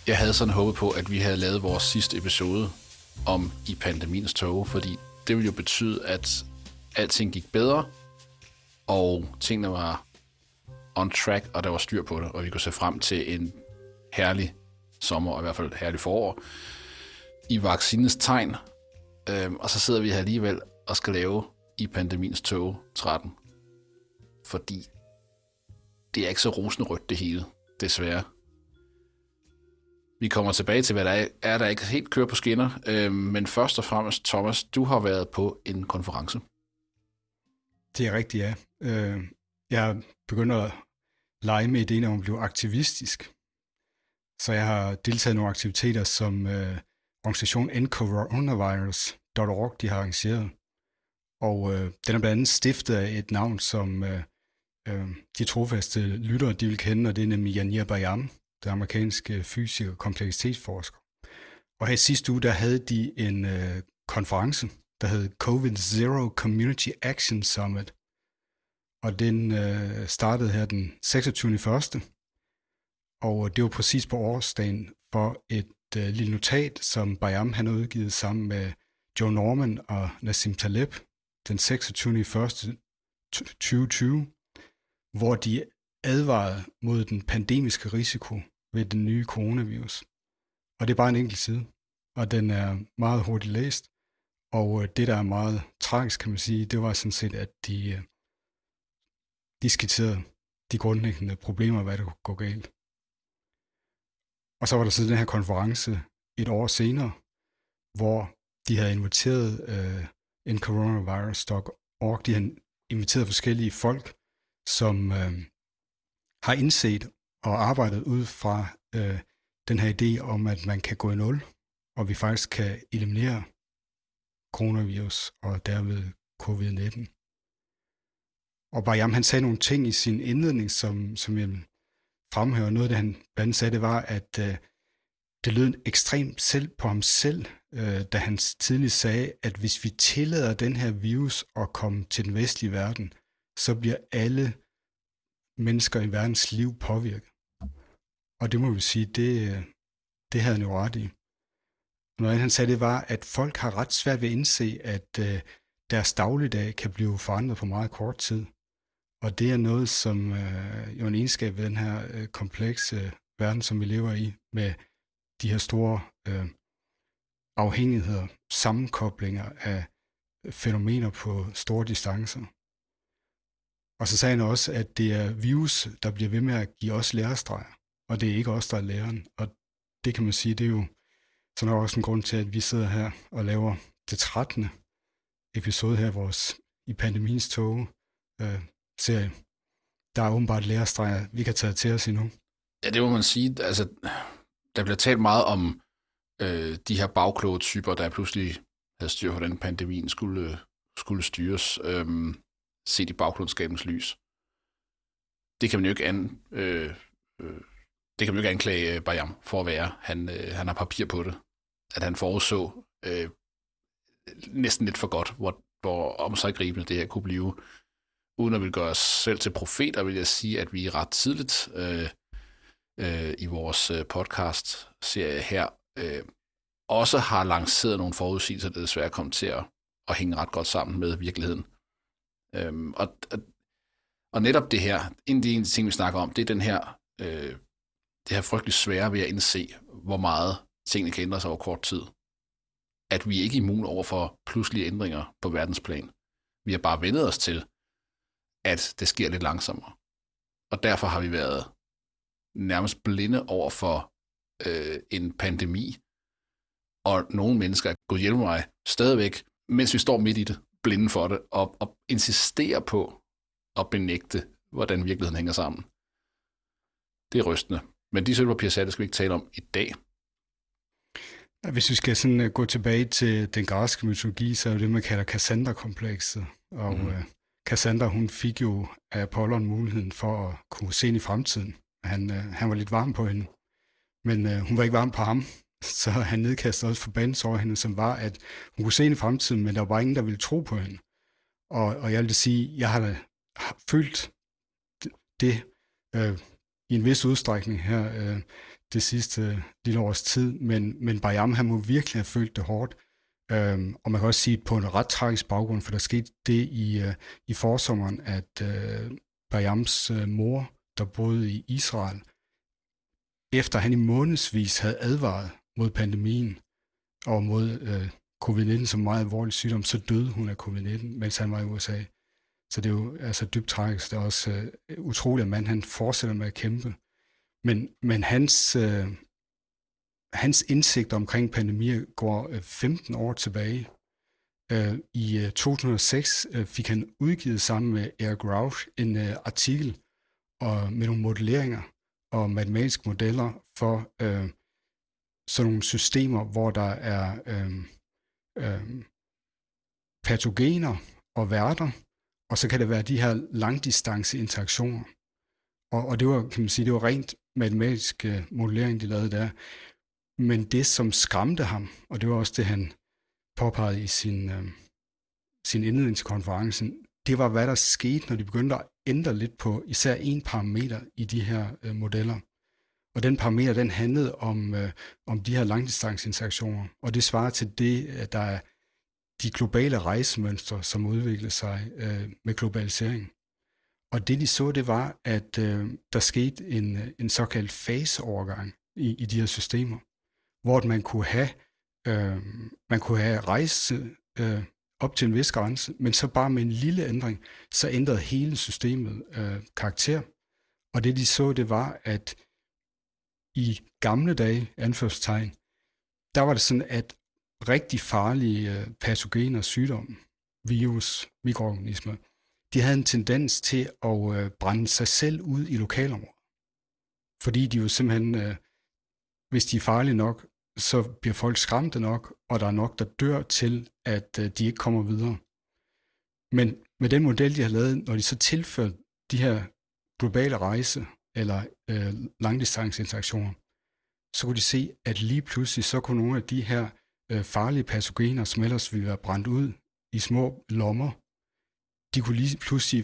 Jeg havde sådan håbet på, at vi havde lavet vores sidste episode om i pandemiens tåge, fordi det ville jo betyde, at alting gik bedre, og tingene var on track, og der var styr på det, og vi kunne se frem til en herlig sommer, og i hvert fald et herligt forår, i vaccinens tegn. Og så sidder vi her alligevel og skal lave i pandemiens tåge 13, fordi det er ikke så rosenrødt det hele, desværre. Vi kommer tilbage til, hvad der er, der ikke helt kører på skinner. Men først og fremmest, Thomas, du har været på en konference. Det er rigtigt, ja. Jeg begynder at lege med ideen om at blive aktivistisk. Så jeg har deltaget i nogle aktiviteter, som organisationen endcoronavirus.org de har arrangeret. Og den er blandt andet stiftet af et navn, som de trofaste lyttere de vil kende, og det er nemlig Yanir Bayam, den amerikanske fysiker og kompleksitetsforsker. Og her sidste uge, der havde de en konference, der hed COVID-0 Community Action Summit. Og den startede her den 26.1. Og det var præcis på årsdagen for et lille notat, som Bayam han har udgivet sammen med Joe Norman og Nassim Taleb den 26.1.2020, hvor de advarede mod den pandemiske risiko ved den nye coronavirus. Og det er bare en enkelt side, og den er meget hurtigt læst. Og det, der er meget tragisk, kan man sige, det var sådan set, at de skitserede de grundlæggende problemer, hvad der kunne gå galt. Og så var der så den her konference et år senere, hvor de havde inviteret en coronavirus.org, de havde inviteret forskellige folk, som har indset og arbejdet ud fra den her idé om, at man kan gå i nul, og vi faktisk kan eliminere coronavirus og derved covid-19. Og Bayam, han sagde nogle ting i sin indledning, som jeg fremhæver. Noget af det, han blandt andet sagde, det var, at det lød ekstremt selv på ham selv, da han tidligt sagde, at hvis vi tillader den her virus at komme til den vestlige verden, så bliver alle mennesker i verdens liv påvirket. Og det må vi sige, det havde han jo ret i. Noget andet, han sagde, det var, at folk har ret svært ved at indse, at deres dagligdag kan blive forandret på meget kort tid. Og det er noget, som jo en egenskab ved den her komplekse verden, som vi lever i, med de her store afhængigheder, sammenkoblinger af fænomener på store distancer. Og så sagde han også, at det er virus, der bliver ved med at give os lærerstreger, og det er ikke os, der er læreren. Og det kan man sige, det er jo sådan også en grund til, at vi sidder her og laver det 13. episode her, vores i pandemiens tåge serie. Der er åbenbart lærerstreger, vi kan tage til os endnu. Ja, det må man sige. Altså, der bliver talt meget om de her bagkloge typer, der pludselig havde styr på, hvordan pandemien skulle styres, set i bagklogskabens lys. Det kan man jo ikke det kan man jo ikke anklage Bayam for at være. Han har papir på det. At han forudså næsten lidt for godt, hvor omsiggribende det her kunne blive. Uden at vil gøre os selv til profeter, vil jeg sige, at vi ret tidligt i vores podcast-serie her også har lanceret nogle forudsigelser, der desværre kom til at hænge ret godt sammen med virkeligheden. Og netop det her, en af de ting, vi snakker om, det er det her frygtelig svære ved at indse, hvor meget tingene kan ændre sig over kort tid. At vi ikke er immune over for pludselige ændringer på verdensplan. Vi har bare vendet os til, at det sker lidt langsommere. Og derfor har vi været nærmest blinde over for en pandemi, og nogle mennesker er gået hjælpe mig stadigvæk, mens vi står midt i det, blinde for det, og insisterer på at benægte, hvordan virkeligheden hænger sammen. Det er rystende. Men de sølvpapirsatte skal vi ikke tale om i dag. Hvis vi skal sådan gå tilbage til den græske mytologi, så er det, man kalder Cassandra-komplekset. Og Cassandra, hun fik jo af Apollon muligheden for at kunne se ind i fremtiden. Han var lidt varm på hende, men hun var ikke varm på ham. Så han nedkastede også forbandelse over hende, som var, at hun kunne se ind i fremtiden, men der var bare ingen, der ville tro på hende. Og jeg vil sige, jeg har følt det i en vis udstrækning her det sidste lille års tid, men Bayam, han må virkelig have følt det hårdt. Og man kan også sige på en ret tragisk baggrund, for der skete det i forsommeren, at Bayams mor, der boede i Israel, efter han i månedsvis havde advaret mod pandemien og mod covid-19 som meget alvorlig sygdom, så døde hun af covid-19, mens han var i USA. Så det er jo altså dybt tragisk. Det er også utroligt, at han fortsætter med at kæmpe. Men hans indsigt omkring pandemier går 15 år tilbage. I 2006 fik han udgivet sammen med Eric Rauch en artikel med nogle modelleringer og matematiske modeller for sådan nogle systemer, hvor der er patogener og værter, og så kan det være de her langdistance interaktioner. Og det var, kan man sige, det var rent matematisk modellering, de lavede der. Men det, som skræmte ham, og det var også det, han påpegede i sin indledning til konferencen, det var, hvad der skete, når de begyndte at ændre lidt på især en parameter i de her modeller. Og den parameter, den handlede om de her langdistanceinteraktioner, og det svarer til det, at der er de globale rejsemønstre, som udviklede sig med globalisering. Og det, de så, det var, at der skete en såkaldt faseovergang i de her systemer, hvor man kunne have rejse op til en vis grænse, men så bare med en lille ændring, så ændrede hele systemet karakter. Og det, de så, det var, at i gamle dage, anførselstegn, der var det sådan, at rigtig farlige patogener, sygdomme, virus, mikroorganismer, de havde en tendens til at brænde sig selv ud i lokalområdet. Fordi de jo simpelthen, hvis de er farlige nok, så bliver folk skræmte nok, og der er nok, der dør til, at de ikke kommer videre. Men med den model, de har lavet, når de så tilfører de her globale rejse, eller langdistanceinteraktioner, så kunne de se, at lige pludselig, så kunne nogle af de her farlige patogener, som ellers ville være brændt ud i små lommer, de kunne lige pludselig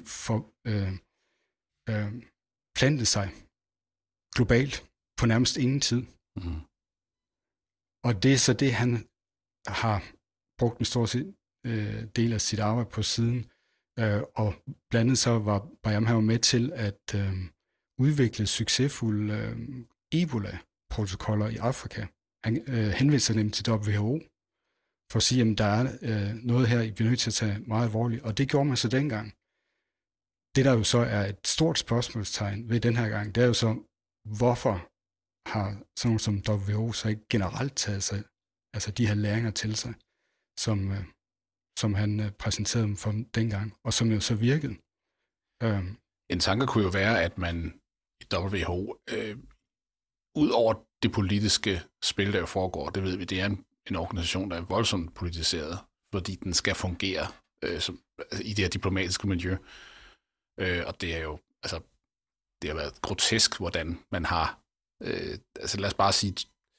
plante sig globalt på nærmest ingen tid. Mm. Og det er så det, han har brugt en stor del af sit arbejde på siden. Og blandt andet så var Bayam her med til at udvikle succesfulde Ebola-protokoller i Afrika. Han henvendte sig nemlig til WHO for at sige, at der er noget her, vi er nødt til at tage meget alvorligt. Og det gjorde man så dengang. Det, der jo så er et stort spørgsmålstegn ved den her gang, det er jo så, hvorfor har sådan nogle som WHO så ikke generelt taget sig, altså de her læringer til sig, som han præsenterede dem for dengang, og som jo så virkede. En tanke kunne jo være, at man i WHO, ud over det politiske spil, der jo foregår, det ved vi, det er en organisation, der er voldsomt politiseret, fordi den skal fungere i det her diplomatiske miljø. Og det er jo, altså, det har været grotesk, hvordan man har, altså lad os bare sige,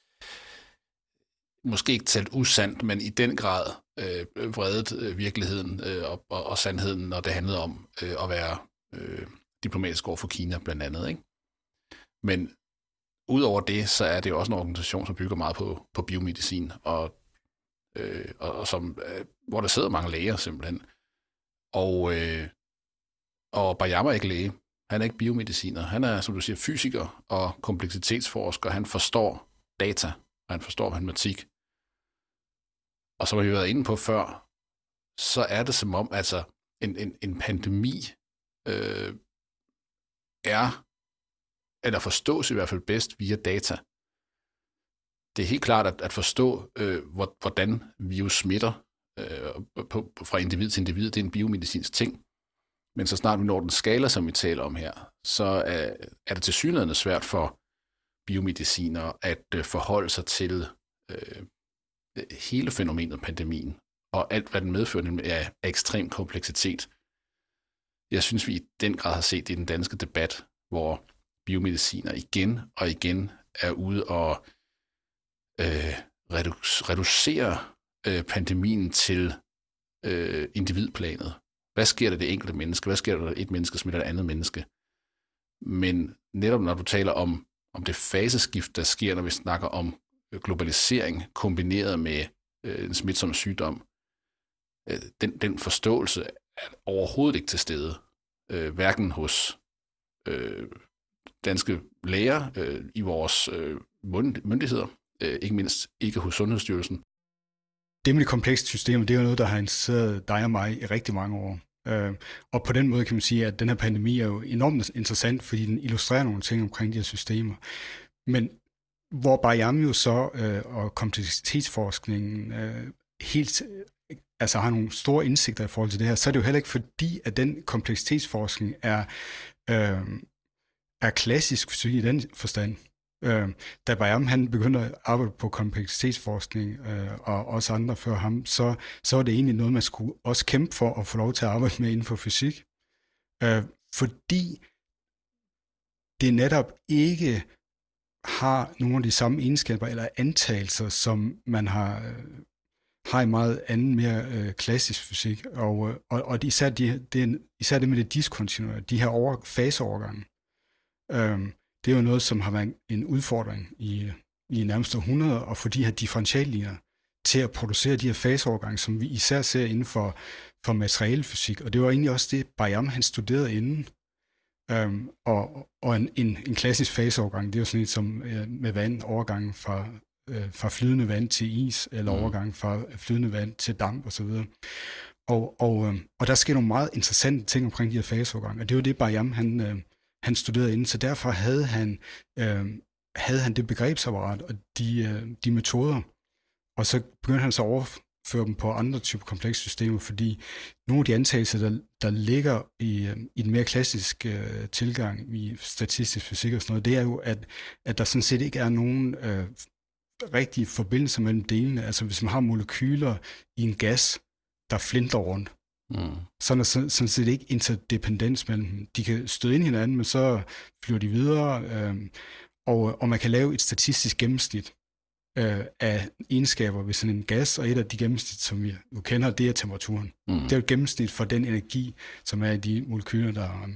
måske ikke talt usandt, men i den grad vredet virkeligheden og sandheden, når det handlede om at være diplomatisk over for Kina blandt andet, ikke? Men udover det, så er det jo også en organisation, som bygger meget på biomedicin, og som, hvor der sidder mange læger simpelthen. Og Bayam er ikke læge. Han er ikke biomediciner. Han er, som du siger, fysiker og kompleksitetsforsker. Han forstår data, og han forstår matematik. Og som vi har været inde på før, så er det som om, altså en pandemi eller forstås i hvert fald bedst via data. Det er helt klart at forstå, hvordan virus smitter fra individ til individ. Det er en biomedicinsk ting. Men så snart vi når den skala, som vi taler om her, så er det tilsyneladende svært for biomedicinere at forholde sig til hele fænomenet pandemien, og alt, hvad den medfører, er ekstrem kompleksitet. Jeg synes, vi i den grad har set det i den danske debat, hvor biomedicinere igen og igen er ude og reducere pandemien til individplanet. Hvad sker der det enkelte menneske? Hvad sker der et menneske smitter et andet menneske? Men netop når du taler om om det faseskift, der sker, når vi snakker om globalisering kombineret med en smitsom sygdom, den forståelse er overhovedet ikke til stede, hverken hos danske læger, i vores myndigheder, ikke mindst ikke hos Sundhedsstyrelsen. Det med det komplekse system, det er jo noget, der har interesseret dig og mig i rigtig mange år. Og på den måde kan man sige, at den her pandemi er jo enormt interessant, fordi den illustrerer nogle ting omkring de her systemer. Men hvor Bayam jo så og kompleksitetsforskningen helt har nogle store indsigter i forhold til det her, så er det jo heller ikke fordi, at den kompleksitetsforskning er klassisk fysik i den forstand. Da Bayam han begyndte at arbejde på kompleksitetsforskning, og også andre før ham, så var det egentlig noget, man skulle også kæmpe for at få lov til at arbejde med inden for fysik. Fordi det netop ikke har nogle af de samme egenskaber eller antagelser, som man har i meget anden, mere klassisk fysik. Og især det med det diskontinuerlige, de her faseovergange. Det er jo noget, som har været en udfordring i nærmest århundreder, at få de her differentialligninger til at producere de her faseovergange, som vi især ser inden for materialefysik. Og det var egentlig også det, Bayam han studerede inden. Og en klassisk faseovergang, det er jo sådan et som med vand, overgangen fra flydende vand til is, eller overgang fra flydende vand til damp osv. Og der sker nogle meget interessante ting omkring de her faseovergange, og det var det, Bayam han studerede inden, så derfor havde han det begrebsapparat og de metoder, og så begyndte han så at overføre dem på andre typer komplekse systemer, fordi nogle af de antagelser, der ligger i den mere klassiske tilgang i statistisk fysik og sådan noget, det er jo, at der sådan set ikke er nogen rigtige forbindelser mellem delene. Altså hvis man har molekyler i en gas, der flinter rundt, så er der sådan set ikke interdependens mellem dem. De kan støde ind i hinanden, men så flyver de videre, og man kan lave et statistisk gennemsnit af egenskaber ved sådan en gas, og et af de gennemsnit, som vi nu kender, det er temperaturen. Det er et gennemsnit for den energi, som er i de molekyler,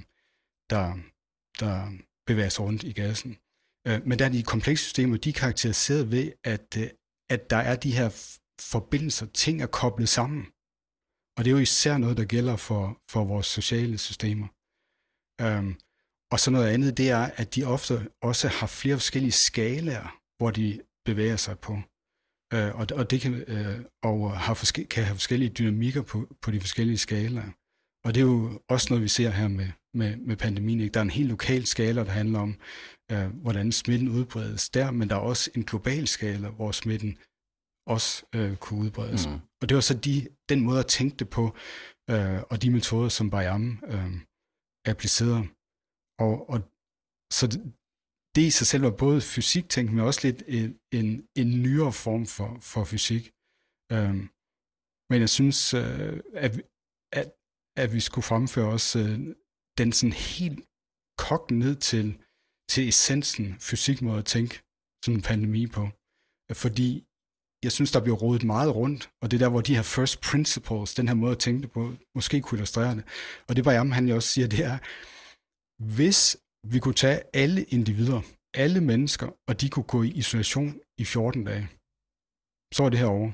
der bevæger sig rundt i gassen. Men der er de komplekse systemer, de er karakteriseret ved, at der er de her forbindelser, ting er koblet sammen. Og det er jo især noget, der gælder for vores sociale systemer. Og så noget andet, det er, at de ofte også har flere forskellige skalaer, hvor de bevæger sig på. Og det kan have forskellige dynamikker på de forskellige skalaer. Og det er jo også noget, vi ser her med pandemien. Ikke? Der er en helt lokal skala, der handler om, hvordan smitten udbredes der, men der er også en global skala, hvor smitten også kunne udbredes. Og det var så den måde at tænke det på, og de metoder, som Bayam applicerede. Og så det i sig selv var både fysiktænkning, men også lidt en nyere form for fysik. Men jeg synes, at vi skulle fremføre også den sådan helt kogt ned til essensen fysikmåde at tænke sådan en pandemi på. Fordi jeg synes, der bliver rodet meget rundt, og det er der, hvor de her first principles, den her måde at tænke det på, måske kunne illustrere det. Og det Bayam, han jo også siger, det er, hvis vi kunne tage alle individer, alle mennesker, og de kunne gå i isolation i 14 dage, så er det herovre.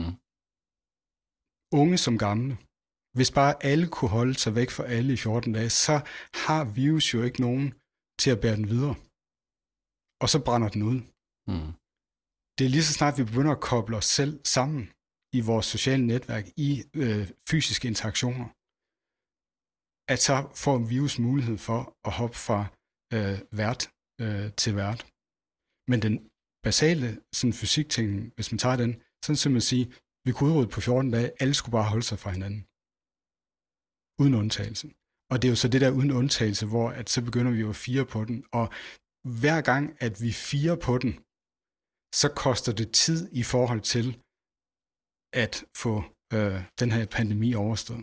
Unge som gamle. Hvis bare alle kunne holde sig væk fra alle i 14 dage, så har virus jo ikke nogen til at bære den videre. Og så brænder den ud. Det er lige så snart, vi begynder at koble os selv sammen i vores sociale netværk, i fysiske interaktioner, at så får en virus mulighed for at hoppe fra vært til vært. Men den basale sådan, fysiktænkning, hvis man tager den, så simpelthen at sige, vi kunne udrydde på 14 dage, alle skulle bare holde sig fra hinanden. Uden undtagelse. Og det er jo så det der uden undtagelse, hvor at så begynder vi jo at fire på den, og hver gang, at vi firer på den, så koster det tid i forhold til at få den her pandemi overstået.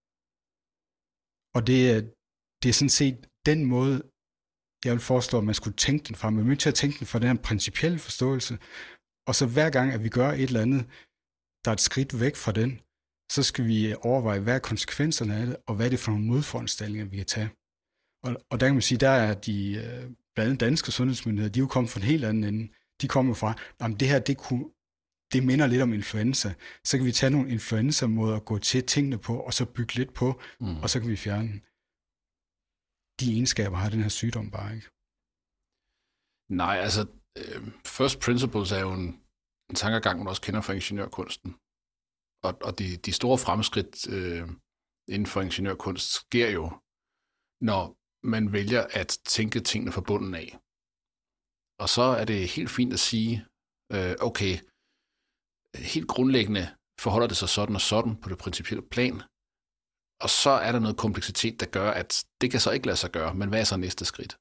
Og det er sådan set den måde, jeg vil foreslå, at man skulle tænke den fra. Man er nødt til at tænke den fra den her principielle forståelse, og så hver gang, at vi gør et eller andet, der er et skridt væk fra den, så skal vi overveje, hvad er konsekvenserne af det, og hvad er det for nogle modforanstaltninger, vi kan tage. Og der kan man sige, der er blandt andet danske sundhedsmyndigheder, de er jo kommet fra en helt anden ende. De kommer fra, det her, det minder lidt om influenza. Så kan vi tage nogle influenza-måder at gå til tingene på, og så bygge lidt på, og så kan vi fjerne de egenskaber, har den her sygdom bare ikke. Nej, altså, first principles er jo en tankegang, man også kender fra ingeniørkunsten. Og de store fremskridt inden for ingeniørkunst sker jo, når man vælger at tænke tingene fra bunden af. Og så er det helt fint at sige, okay, helt grundlæggende forholder det sig sådan og sådan på det principielle plan, og så er der noget kompleksitet, der gør, at det kan så ikke lade sig gøre, men hvad er så næste skridt?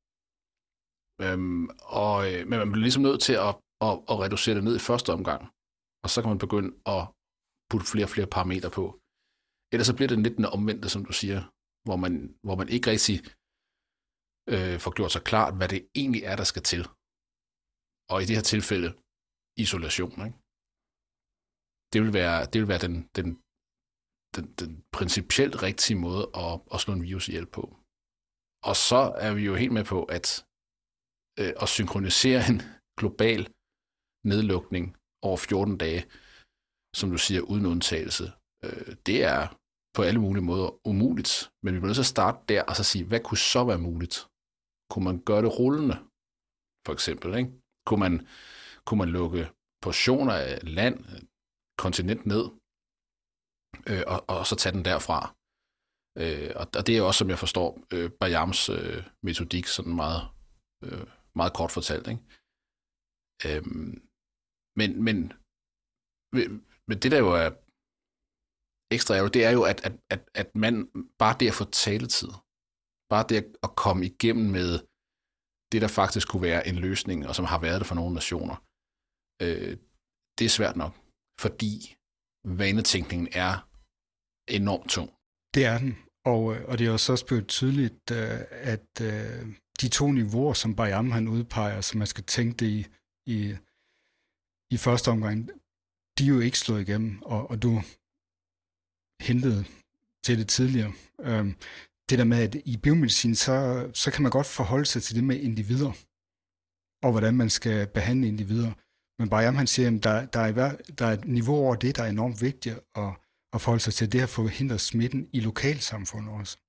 Men man bliver ligesom nødt til at reducere det ned i første omgang, og så kan man begynde at putte flere og flere parametre på. Ellers så bliver det lidt den omvendte, som du siger, hvor man ikke rigtig får gjort sig klart, hvad det egentlig er, der skal til. Og i det her tilfælde, isolation. Ikke? Det vil være den principielt rigtige måde at slå en virus ihjel på. Og så er vi jo helt med på, at synkronisere en global nedlukning over 14 dage, som du siger, uden undtagelse, det er på alle mulige måder umuligt. Men vi bliver nødt til at starte der, og så sige, hvad kunne så være muligt? Kunne man gøre det rullende, for eksempel? Ikke? Kunne man lukke portioner af land, kontinent ned, og så tage den derfra? Og det er jo også, som jeg forstår, Bayams metodik, sådan meget, meget kort fortalt. Ikke? Men det, der jo er ekstra ærgerligt, det er jo, at man bare det at få taletid, bare det at komme igennem med det, der faktisk kunne være en løsning, og som har været det for nogle nationer, det er svært nok, fordi vanetænkningen er enormt tung. Det er den, og det er også blevet tydeligt, at de to niveauer, som Bayam han udpeger, som man skal tænke det i første omgang, de er jo ikke slået igennem, og du hentede til det tidligere. Det der med, at i biomedicin, så kan man godt forholde sig til det med individer, og hvordan man skal behandle individer. Men Bayam han siger, at der er et niveau over det, der er enormt vigtigt at forholde sig til, det at forhindre smitten i lokalsamfundet også.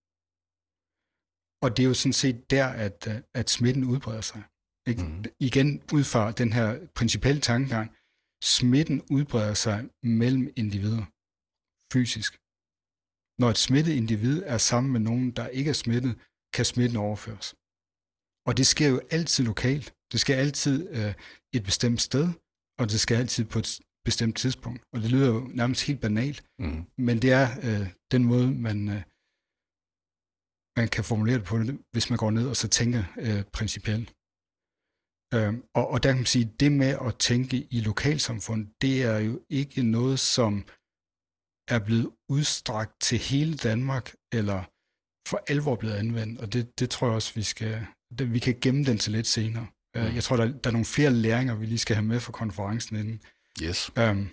Og det er jo sådan set der, at smitten udbreder sig. Ikke? Igen ud fra den her principielle tankegang, smitten udbreder sig mellem individer fysisk. Når et smittet individ er sammen med nogen, der ikke er smittet, kan smitten overføres. Og det sker jo altid lokalt. Det sker altid et bestemt sted, og det sker altid på et bestemt tidspunkt. Og det lyder jo nærmest helt banalt, men det er den måde, man kan formulere det på, hvis man går ned og så tænker principielt. Og der kan man sige, det med at tænke i lokalsamfund, det er jo ikke noget, som er blevet udstrakt til hele Danmark, eller for alvor blevet anvendt. Og det tror jeg også, vi kan gemme den til lidt senere. Jeg tror, der er nogle flere læringer, vi lige skal have med for konferencen inden. Yes.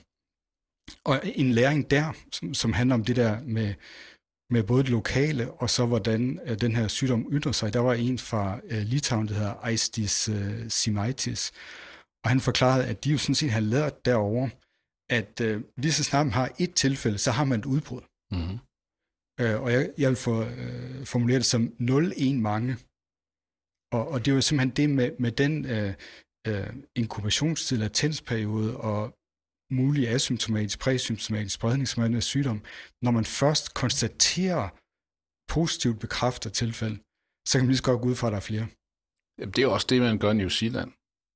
Og en læring der, som handler om det der med både det lokale, og så hvordan den her sygdom ytrer sig. Der var en fra Litauen, der hedder Aistis Simaitis, og han forklarede, at de jo sådan set har lært derovre, at lige så snart man har et tilfælde, så har man et udbrud. Mm-hmm. Og jeg vil formulere det som 0-1 mange. Og det er jo simpelthen det med den inkubationstid, latensperiode og mulig asymptomatisk, præsymptomatisk spredning som er en sygdom. Når man først konstaterer positivt bekræftet tilfælde, så kan man lige så godt gå ud fra, at der er flere. Jamen, det er jo også det, man gør i New Zealand,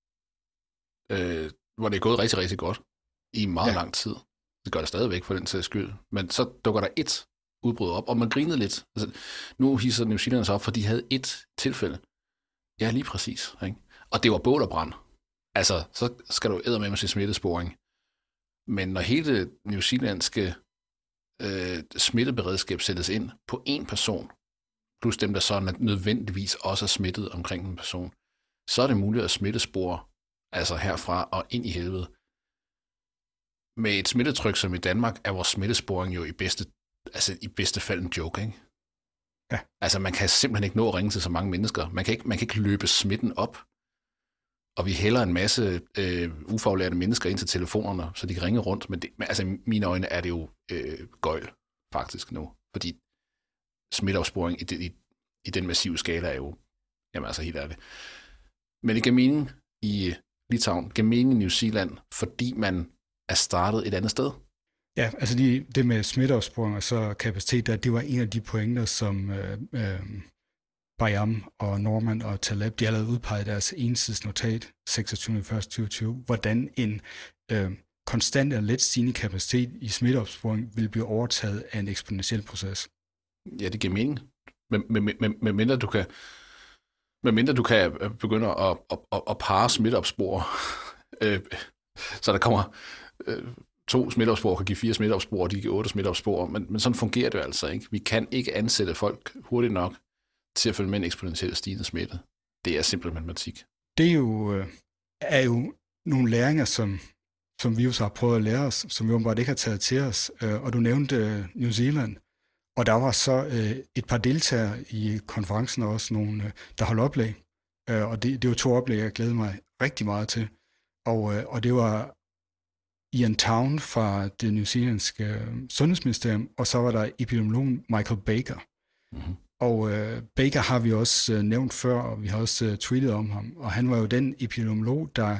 hvor det er gået rigtig, rigtig godt i meget lang tid. Det gør det stadigvæk for den sags skyld. Men så dukker der et udbrud op, og man grinede lidt. Altså, nu hisser New Zealand sig op, for de havde et tilfælde. Ja, lige præcis. Ikke? Og det var bål og brand. Altså, så skal du eddermame til smittesporing. Men når hele New Zealandske smitteberedskab sættes ind på én person, plus dem, der så nødvendigvis også er smittet omkring en person, så er det muligt at smittespore, altså herfra og ind i helvede. Med et smittetryk som i Danmark, er vores smittesporing jo i bedste fald en joke, ikke? Ja. Altså, man kan simpelthen ikke nå at ringe til så mange mennesker. Man kan ikke løbe smitten op. Og vi hælder en masse ufaglærte mennesker ind til telefonerne, så de kan ringe rundt. Men altså, i mine øjne er det jo gøjl, faktisk nu. Fordi smitteopsporing i den massive skala er jo, jamen altså helt ærligt. Men det gav mening i Litauen, gav mening i New Zealand, fordi man er startet et andet sted. Ja, altså det med smitteopsporing og så kapacitet, det var en af de pointer, som Bayam og Norman og Taleb, de har lavet udpeget deres ensidsnotat 26.1.2020, hvordan en konstant og let stigende kapacitet i smitteopsporing vil blive overtaget af en eksponentiel proces. Ja, det giver mening. Med mindre du kan begynde at parre smitteopspor, så der kommer 2 smitteopspor, kan give 4 smitteopspor, og de giver 8 smitteopspor, men sådan fungerer det jo altså ikke. Vi kan ikke ansætte folk hurtigt nok til at følge med en eksponentielt stigende smitte. Det er simpel matematik. Det er jo nogle læringer, som virus har prøvet at lære os, som vi åbenbart ikke har taget til os. Og du nævnte New Zealand, og der var så et par deltagere i konferencen, og også nogle, der holdt oplæg. Og det var 2 oplæg, jeg glædede mig rigtig meget til. Og det var Ian Town fra det New Zealandske sundhedsministerium, og så var der epidemiologen Michael Baker. Mm-hmm. Og Baker har vi også nævnt før, og vi har også tweetet om ham. Og han var jo den epidemiolog, der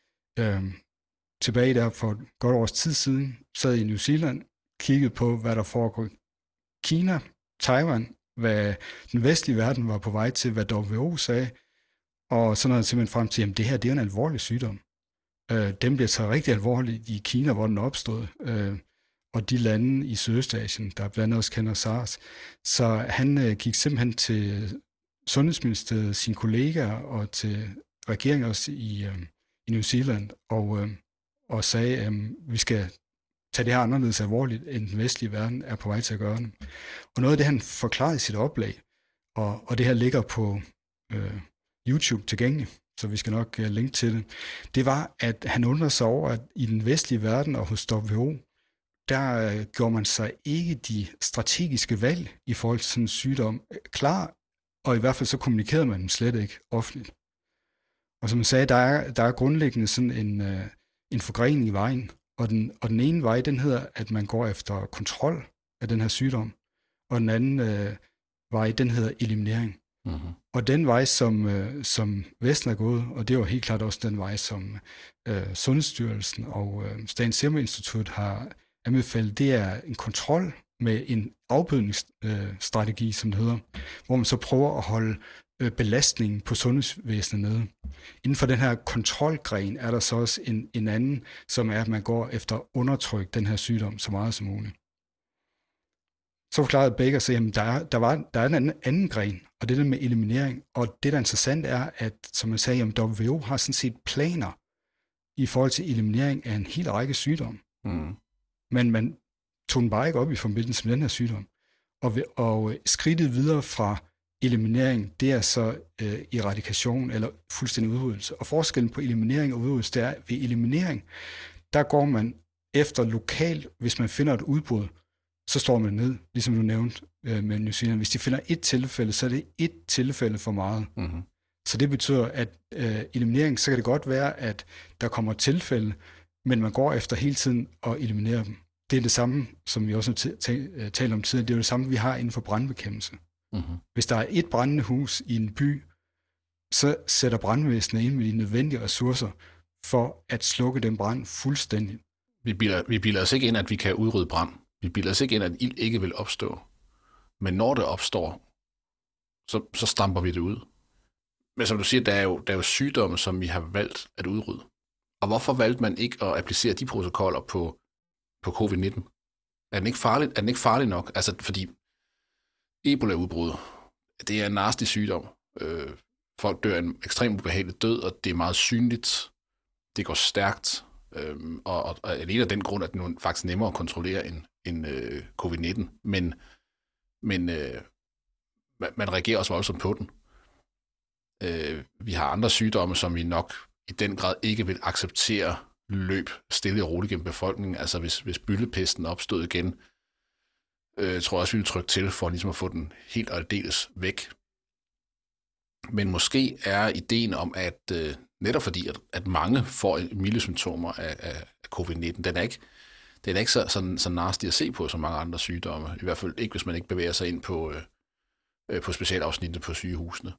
tilbage der for godt års tid siden sad i New Zealand, kiggede på, hvad der foregår i Kina, Taiwan, hvad den vestlige verden var på vej til, hvad WHO sagde. Og så nåede han simpelthen frem til, at det her det er en alvorlig sygdom. Den bliver så rigtig alvorligt i Kina, hvor den er opstået. Og de lande i Sydøstasien, der blandt andet også kender SARS. Så han gik simpelthen til Sundhedsministeriet, sine kollegaer og til regeringen også i New Zealand og sagde, at vi skal tage det her anderledes alvorligt, end den vestlige verden er på vej til at gøre det. Og noget af det, han forklarede i sit oplæg, og det her ligger på YouTube tilgængeligt, så vi skal nok linke til det, det var, at han undrede sig over, at i den vestlige verden og hos WHO, der gjorde man sig ikke de strategiske valg i forhold til sådan en sygdom klar, og i hvert fald så kommunikerede man dem slet ikke offentligt. Og som jeg sagde, der er grundlæggende sådan en forgrening i vejen, og den ene vej, den hedder, at man går efter kontrol af den her sygdom, og den anden vej, den hedder eliminering. Mm-hmm. Og den vej, som Vesten er gået, og det var helt klart også den vej, som Sundhedsstyrelsen og Statens Serum Institut har anbefalet, det er en kontrol med en afbødningsstrategi, som det hedder, hvor man så prøver at holde belastningen på sundhedsvæsenet nede. Inden for den her kontrolgren er der så også en anden, som er, at man går efter at undertrykke den her sygdom så meget som muligt. Så forklarede Baker sig, at der er en anden gren, og det er det med eliminering. Og det, der er interessant, er, at som jeg sagde, WHO har sådan set planer i forhold til eliminering af en hel række sygdomme. Mm. Men man tog den bare ikke op i forbindelse med den her sygdom. Og skridtet videre fra eliminering, det er så eradikation eller fuldstændig udryddelse. Og forskellen på eliminering og udryddelse, det er, ved eliminering, der går man efter lokalt, hvis man finder et udbrud, så står man ned, ligesom du nævnte med New Zealand. Hvis de finder et tilfælde, så er det et tilfælde for meget. Mm-hmm. Så det betyder, at eliminering, så kan det godt være, at der kommer tilfælde, men man går efter hele tiden at eliminere dem. Det er det samme, som vi også talte om tidligere, det er jo det samme, vi har inden for brandbekæmpelse. Mm-hmm. Hvis der er et brændende hus i en by, så sætter brandvæsenet ind med de nødvendige ressourcer for at slukke den brand fuldstændig. Vi bilder os ikke ind, at vi kan udrydde brand. Vi bilder os ikke ind, at ild ikke vil opstå. Men når det opstår, så stamper vi det ud. Men som du siger, der er jo sygdomme, som vi har valgt at udrydde. Og hvorfor valgte man ikke at applicere de protokoller på covid-19? Er den ikke farlig nok? Altså, fordi Ebola-udbrud, det er en nasty sygdom. Folk dør en ekstremt ubehagelig død, og det er meget synligt. Det går stærkt. Og alene af den grund, at det er faktisk nemmere at kontrollere end covid-19. Men man reagerer også voldsomt på den. Vi har andre sygdomme, som vi nok i den grad ikke vil acceptere løb stille og roligt gennem befolkningen. Altså hvis byllepesten opstod igen, tror jeg også, vi vil trykke til for ligesom at få den helt og aldeles væk. Men måske er ideen om, at netop fordi, at mange får milde symptomer af covid-19, den er ikke så nasty at se på som mange andre sygdomme. I hvert fald ikke, hvis man ikke bevæger sig ind på specialafsnittet på sygehusene.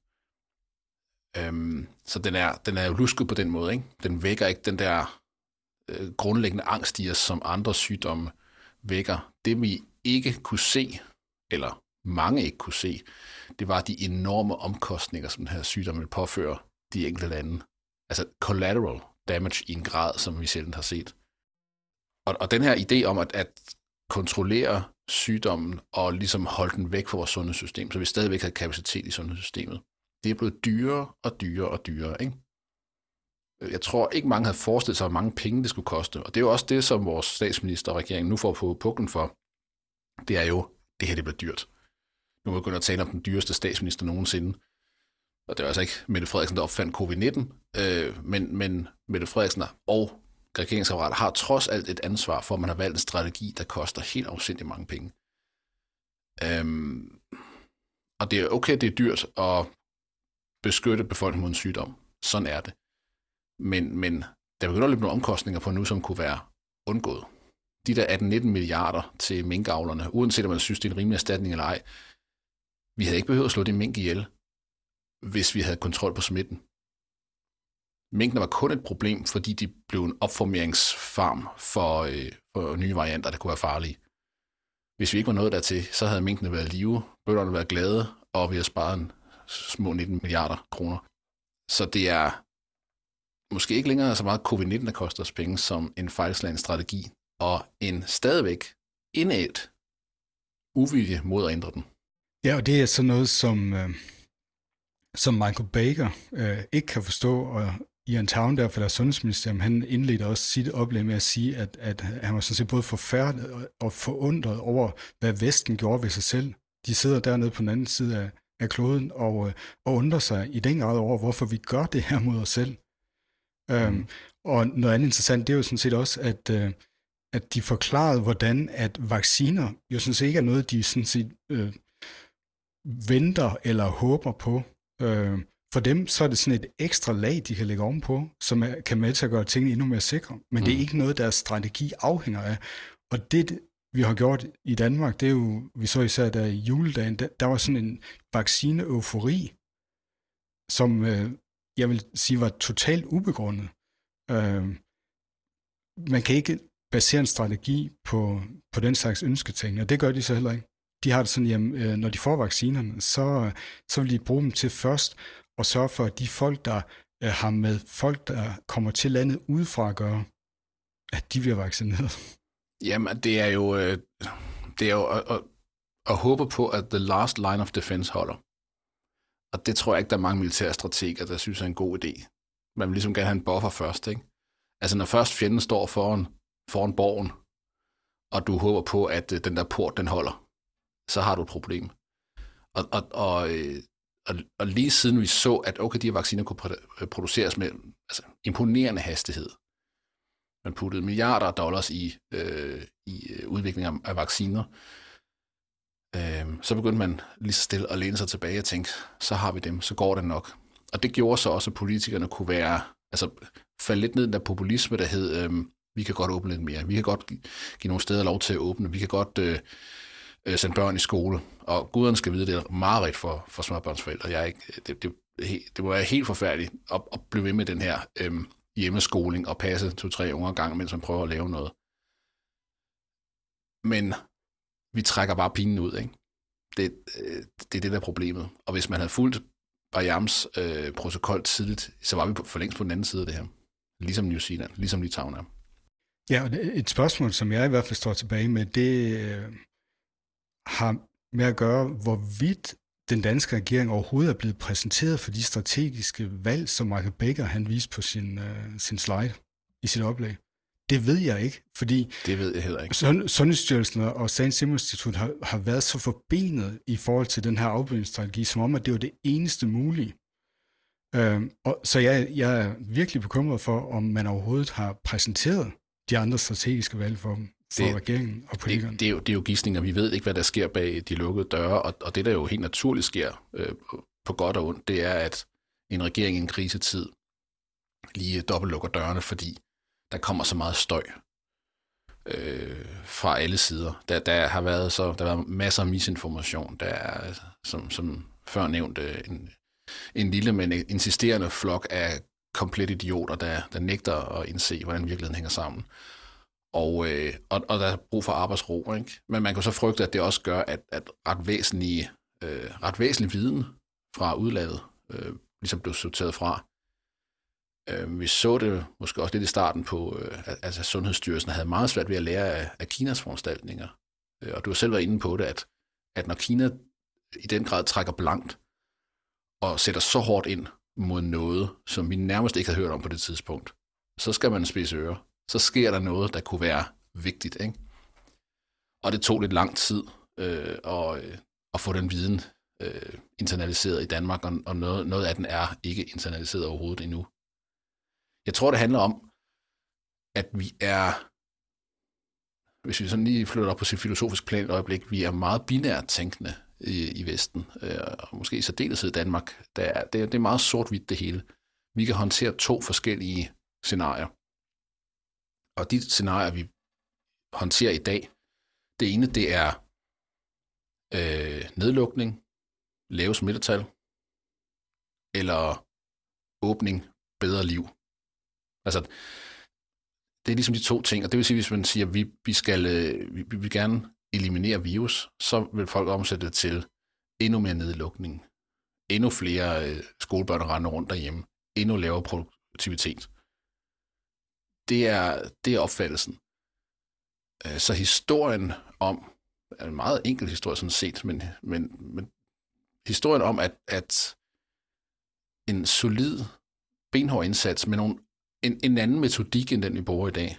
Så den er jo lusket på den måde, ikke? Den vækker ikke den der grundlæggende angst i os, som andre sygdomme vækker. Det vi ikke kunne se, eller mange ikke kunne se, det var de enorme omkostninger, som den her sygdom vil påføre de enkelte lande. Altså collateral damage i en grad, som vi sjældent har set. Og den her idé om at kontrollere sygdommen og ligesom holde den væk fra vores sundhedssystem, så vi stadigvæk har kapacitet i sundhedssystemet, det er blevet dyrere og dyrere og dyrere, ikke? Jeg tror ikke mange havde forestillet sig, hvor mange penge det skulle koste. Og det er jo også det, som vores statsminister og regeringen nu får på puklen for. Det er jo, det her det bliver dyrt. Nu er vi begyndt at tale om den dyreste statsminister nogensinde. Og det er altså ikke Mette Frederiksen, der opfandt covid-19, men Mette Frederiksen og regeringsapparatet har trods alt et ansvar for, at man har valgt en strategi, der koster helt afsindigt mange penge. Og det er okay, det er dyrt at beskytte befolkningen mod en sygdom. Sådan er det. Men der begynder at løbe nogle omkostninger på nu, som kunne være undgået. De der 18-19 milliarder til minkavlerne, uanset om man synes, det er en rimelig erstatning eller ej, vi havde ikke behøvet at slå det mink ihjel, hvis vi havde kontrol på smitten. Minkene var kun et problem, fordi de blev en opformeringsfarm for nye varianter, der kunne være farlige. Hvis vi ikke var nået dertil, så havde minkene været i live, bønderne været glade, og vi havde sparet en små 19 milliarder kroner. Så det er måske ikke længere så meget covid-19, der koster os penge, som en fejlslagen strategi, og en stadigvæk indædt uvilje mod at ændre den. Ja, og det er sådan noget, som Michael Baker ikke kan forstå, og Ian Town, der for deres sundhedsministerium, han indledte også sit oplæg med at sige, at han var sådan set både forfærdet og forundret over, hvad Vesten gjorde ved sig selv. De sidder dernede på den anden side af kloden og undrer sig i den grad over, hvorfor vi gør det her mod os selv. Og noget andet interessant, det er jo sådan set også, at de forklarede, hvordan at vacciner jo sådan set ikke er noget, de sådan set venter eller håber på. For dem så er det sådan et ekstra lag, de kan lægge ovenpå, som kan med til at gøre tingene endnu mere sikre. Men det er ikke noget, deres strategi afhænger af. Og det, vi har gjort i Danmark, det er jo, vi så især der i juledagen, der var sådan en vaccine-eufori, som jeg vil sige var totalt ubegrundet. Man kan ikke basere en strategi på den slags ønsketænkning, og det gør de så heller ikke. De har det sådan, jamen, når de får vaccinerne, så vil de bruge dem til først og sørge for, at de folk, der har med folk, der kommer til landet udefra at gøre, at de bliver vaccineret. Jamen, det er jo at håbe på, at the last line of defense holder. Og det tror jeg ikke, der er mange militære strateger, der synes er en god idé. Man vil ligesom gerne have en buffer først, ikke? Altså, når først fjenden står foran borgen, og du håber på, at den der port, den holder, så har du et problem. Og lige siden vi så, at okay, de her vacciner kunne produceres med imponerende hastighed. Man puttede milliarder af dollars i udvikling af vacciner. Så begyndte man lige så stille at læne sig tilbage og tænke, så har vi dem, så går det nok. Og det gjorde så også, at politikerne kunne falde lidt ned i den der populisme, der hed, vi kan godt åbne lidt mere. Vi kan godt give nogle steder lov til at åbne. Vi kan godt sende børn i skole. Og guderne skal vide, det er meget rigtigt for småbørnsforældre. Det må være helt forfærdeligt at blive ved med den her hjemmeskoling og passe 2-3 unger gang, mens man prøver at lave noget. Men vi trækker bare pinen ud, ikke? Det er det, der er problemet. Og hvis man havde fulgt Bayams protokol tidligt, så var vi for længst på den anden side af det her. Ligesom New Zealand, ligesom Litauen er. Ja, og et spørgsmål, som jeg i hvert fald står tilbage med, det har med at gøre, hvorvidt den danske regering overhovedet er blevet præsenteret for de strategiske valg, som Michael Baker han viste på sin slide i sit oplæg. Det ved jeg ikke, fordi det ved jeg heller ikke. Sundhedsstyrelsen og Statens Serum Institut har været så forbenet i forhold til den her afbødningsstrategi, som om, at det var det eneste mulige. Så jeg er virkelig bekymret for, om man overhovedet har præsenteret de andre strategiske valg for dem. for regeringen og politikerne. Det er jo gidsninger. Vi ved ikke, hvad der sker bag de lukkede døre, og det, der jo helt naturligt sker på godt og ondt, det er, at en regering i en krisetid lige dobbeltlukker dørene, fordi der kommer så meget støj fra alle sider. Der har været masser af misinformation. Der er, som før nævnt, en lille, men insisterende flok af komplet idioter, der nægter at indse, hvordan virkeligheden hænger sammen. Og der er brug for arbejdsro, ikke? Men man kan så frygte, at det også gør, at ret væsentlig viden fra udlandet ligesom blev sorteret fra. Vi så det måske også lidt i starten på, altså Sundhedsstyrelsen havde meget svært ved at lære af Kinas foranstaltninger. Og du har selv været inde på det, at når Kina i den grad trækker blankt og sætter så hårdt ind mod noget, som vi nærmest ikke havde hørt om på det tidspunkt, så skal man spidse ører. Så sker der noget, der kunne være vigtigt, ikke? Og det tog lidt lang tid at få den viden internaliseret i Danmark, og noget af den er ikke internaliseret overhovedet endnu. Jeg tror, det handler om, at vi er, hvis vi sådan lige flytter op på sit filosofisk plan et øjeblik, vi er meget binært tænkende i Vesten, og måske i særdeleshed i Danmark. Det er meget sort-hvidt det hele. Vi kan håndtere 2 forskellige scenarier. Og de scenarier, vi håndterer i dag, det ene, det er nedlukning, lave smittetal, eller åbning, bedre liv. Altså, det er ligesom de 2 ting, og det vil sige, hvis man siger, at vi vil gerne eliminere virus, så vil folk omsætte det til endnu mere nedlukning, endnu flere skolebørn render rundt derhjemme, endnu lavere produktivitet. Det er opfattelsen. Så historien om, er en meget enkel historie sådan set, men historien om, at en solid, benhård indsats med en anden metodik, end den vi bruger i dag,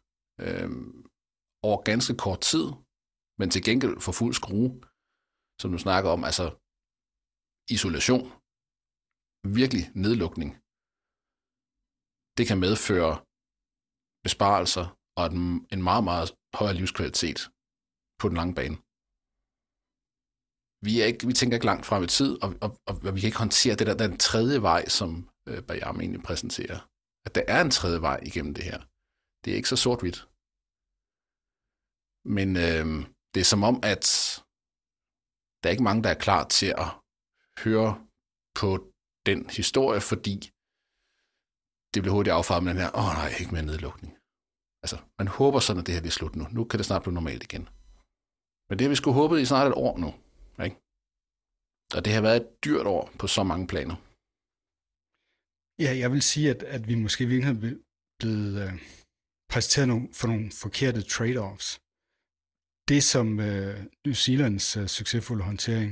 over ganske kort tid, men til gengæld for fuld skrue, som du snakker om, altså isolation, virkelig nedlukning, det kan medføre besparelser og en meget, meget højere livskvalitet på den lange bane. Vi tænker ikke langt frem i tid, og vi kan ikke håndtere det den tredje vej, som Bayam egentlig præsenterer. At der er en tredje vej igennem det her. Det er ikke så sort-hvidt. Men det er som om, at der er ikke mange, der er klar til at høre på den historie, fordi det bliver hurtigt affærdet med den her, nej, ikke mere nedlukning. Altså, man håber sådan, at det her er slut nu. Nu kan det snart blive normalt igen. Men det har vi sgu håbet i snart et år nu. Ikke? Og det har været et dyrt år på så mange planer. Ja, jeg vil sige, at vi måske virkelig er blevet præsenteret for nogle forkerte trade-offs. Det som New Zealands succesfulde håndtering,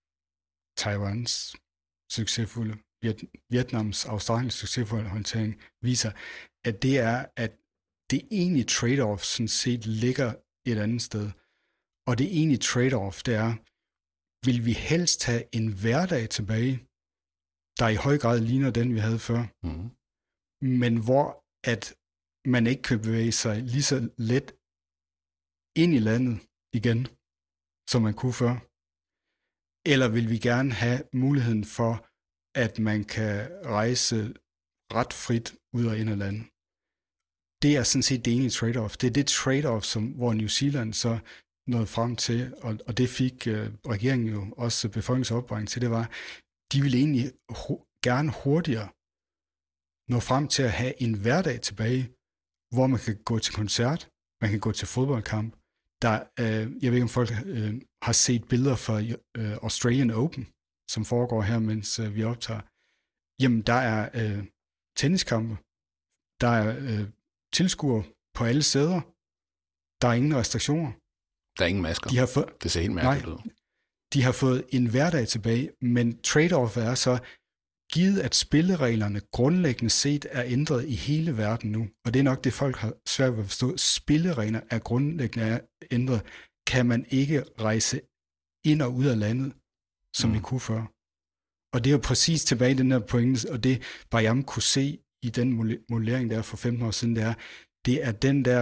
Taiwans succesfulde, Vietnams, Australiens succesfulde håndtering viser, at det er, at det egentlige trade-off sådan set ligger et andet sted. Og det egentlige trade-off, det er, vil vi helst have en hverdag tilbage, der i høj grad ligner den, vi havde før, men hvor at man ikke kan bevæge sig lige så let ind i landet igen, som man kunne før? Eller vil vi gerne have muligheden for, at man kan rejse ret frit ud og ind af landet? Det er sådan set det ene trade-off. Det er det trade-off, hvor New Zealand så nåede frem til, og det fik regeringen jo også befolkningsopbakning til, det var, de ville egentlig gerne hurtigere nå frem til at have en hverdag tilbage, hvor man kan gå til koncert, man kan gå til fodboldkamp. Jeg ved ikke, om folk har set billeder fra Australian Open, som foregår her, mens vi optager. Jamen, der er tenniskampe, der er tilskuere på alle sæder, der er ingen restriktioner. Der er ingen masker. Det ser helt mærkeligt ud. De har fået en hverdag tilbage, men trade-off er så, givet at spillereglerne grundlæggende set er ændret i hele verden nu, og det er nok det, folk har svært ved at forstå, spilleregler er grundlæggende ændret, kan man ikke rejse ind og ud af landet, som vi kunne før. Og det er jo præcis tilbage i den der pointe, og det Bayam kunne se i den modellering der for 15 år siden, det er den der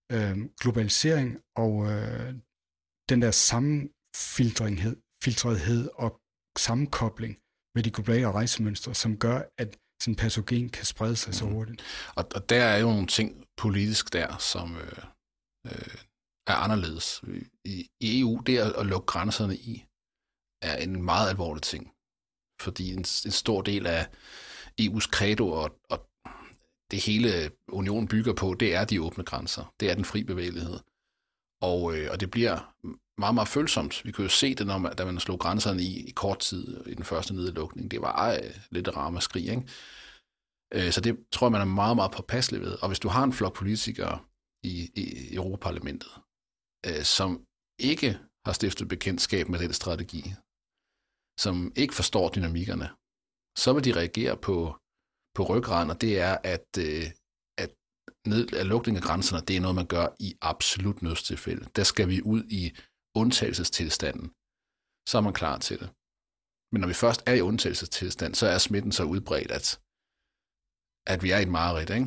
globalisering og den der filtrethed og sammenkobling med de globale rejsemønstre, som gør, at sådan en patogen kan sprede sig så hurtigt. Og der er jo nogle ting politisk der, som er anderledes. I EU, det at lukke grænserne i, er en meget alvorlig ting. Fordi en stor del af EU's credo og det hele unionen bygger på, det er de åbne grænser. Det er den fri bevægelighed. Og det bliver meget, meget følsomt. Vi kunne jo se det, da man slog grænserne i kort tid i den første nedlukning. Det var lidt ramaskrig, ikke? Så det tror jeg, man er meget, meget påpasselig ved. Og hvis du har en flok politikere i Europaparlamentet, som ikke har stiftet bekendtskab med den strategi, som ikke forstår dynamikkerne, så vil de reagere på ryggraden, og det er, at lukning af grænserne, det er noget, man gør i absolut nødstilfælde. Der skal vi ud i undtagelsestilstanden. Så er man klar til det. Men når vi først er i undtagelsestilstand, så er smitten så udbredt, at vi er i et mareridt, ikke?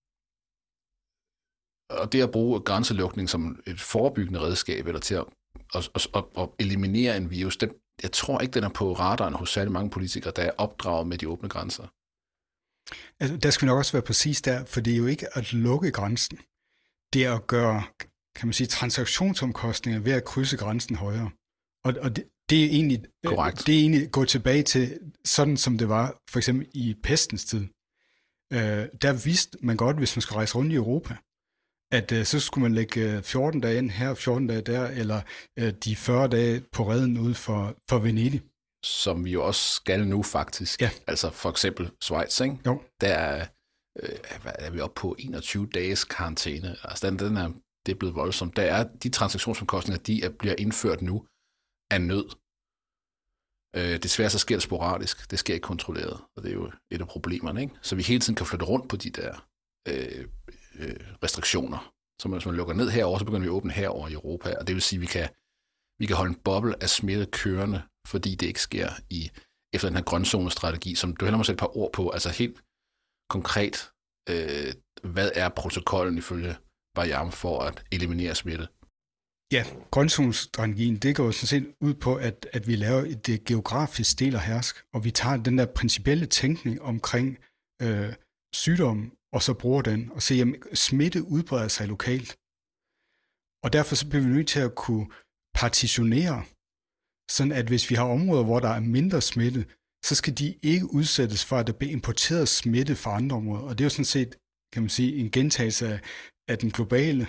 Og det at bruge grænselukning som et forebyggende redskab, eller til at eliminere en virus, jeg tror ikke, den er på radaren hos særlig mange politikere, der er opdraget med de åbne grænser. Altså, der skal vi nok også være præcis der, for det er jo ikke at lukke grænsen. Det er at gøre, kan man sige, transaktionsomkostninger ved at krydse grænsen højere. Og det er egentlig, korrekt. Det er egentlig gå tilbage til sådan, som det var for eksempel i pestens tid. Der vidste man godt, hvis man skulle rejse rundt i Europa, at så skulle man lægge 14 dage ind her, 14 dage der, eller de 40 dage på redden ude for Venedig. Som vi jo også skal nu faktisk. Ja. Altså for eksempel Schweiz, ikke? Jo. Der er vi oppe på 21 dages karantæne. Altså det er blevet voldsomt. Der er de transaktionsomkostninger, bliver indført nu af nød. Desværre så sker det sporadisk. Det sker ikke kontrolleret, og det er jo et af problemerne, ikke? Så vi hele tiden kan flytte rundt på de der restriktioner. Så hvis man lukker ned herover, så begynder vi at åbne herover i Europa, og det vil sige, at vi kan holde en boble af smitte kørende, fordi det ikke sker efter den her grønzone-strategi, som du heller må sætte et par ord på, altså helt konkret, hvad er protokollen ifølge Bayam for at eliminere smitte? Ja, grønzone-strategien, det går sådan set ud på, at vi laver et geografisk del og hersk, og vi tager den der principielle tænkning omkring sygdommen, og så bruger den, og siger, at smitte udbreder sig lokalt. Og derfor så bliver vi nødt til at kunne partitionere, sådan at hvis vi har områder, hvor der er mindre smitte, så skal de ikke udsættes for, at der bliver importeret smitte fra andre områder. Og det er jo sådan set, kan man sige, en gentagelse af den globale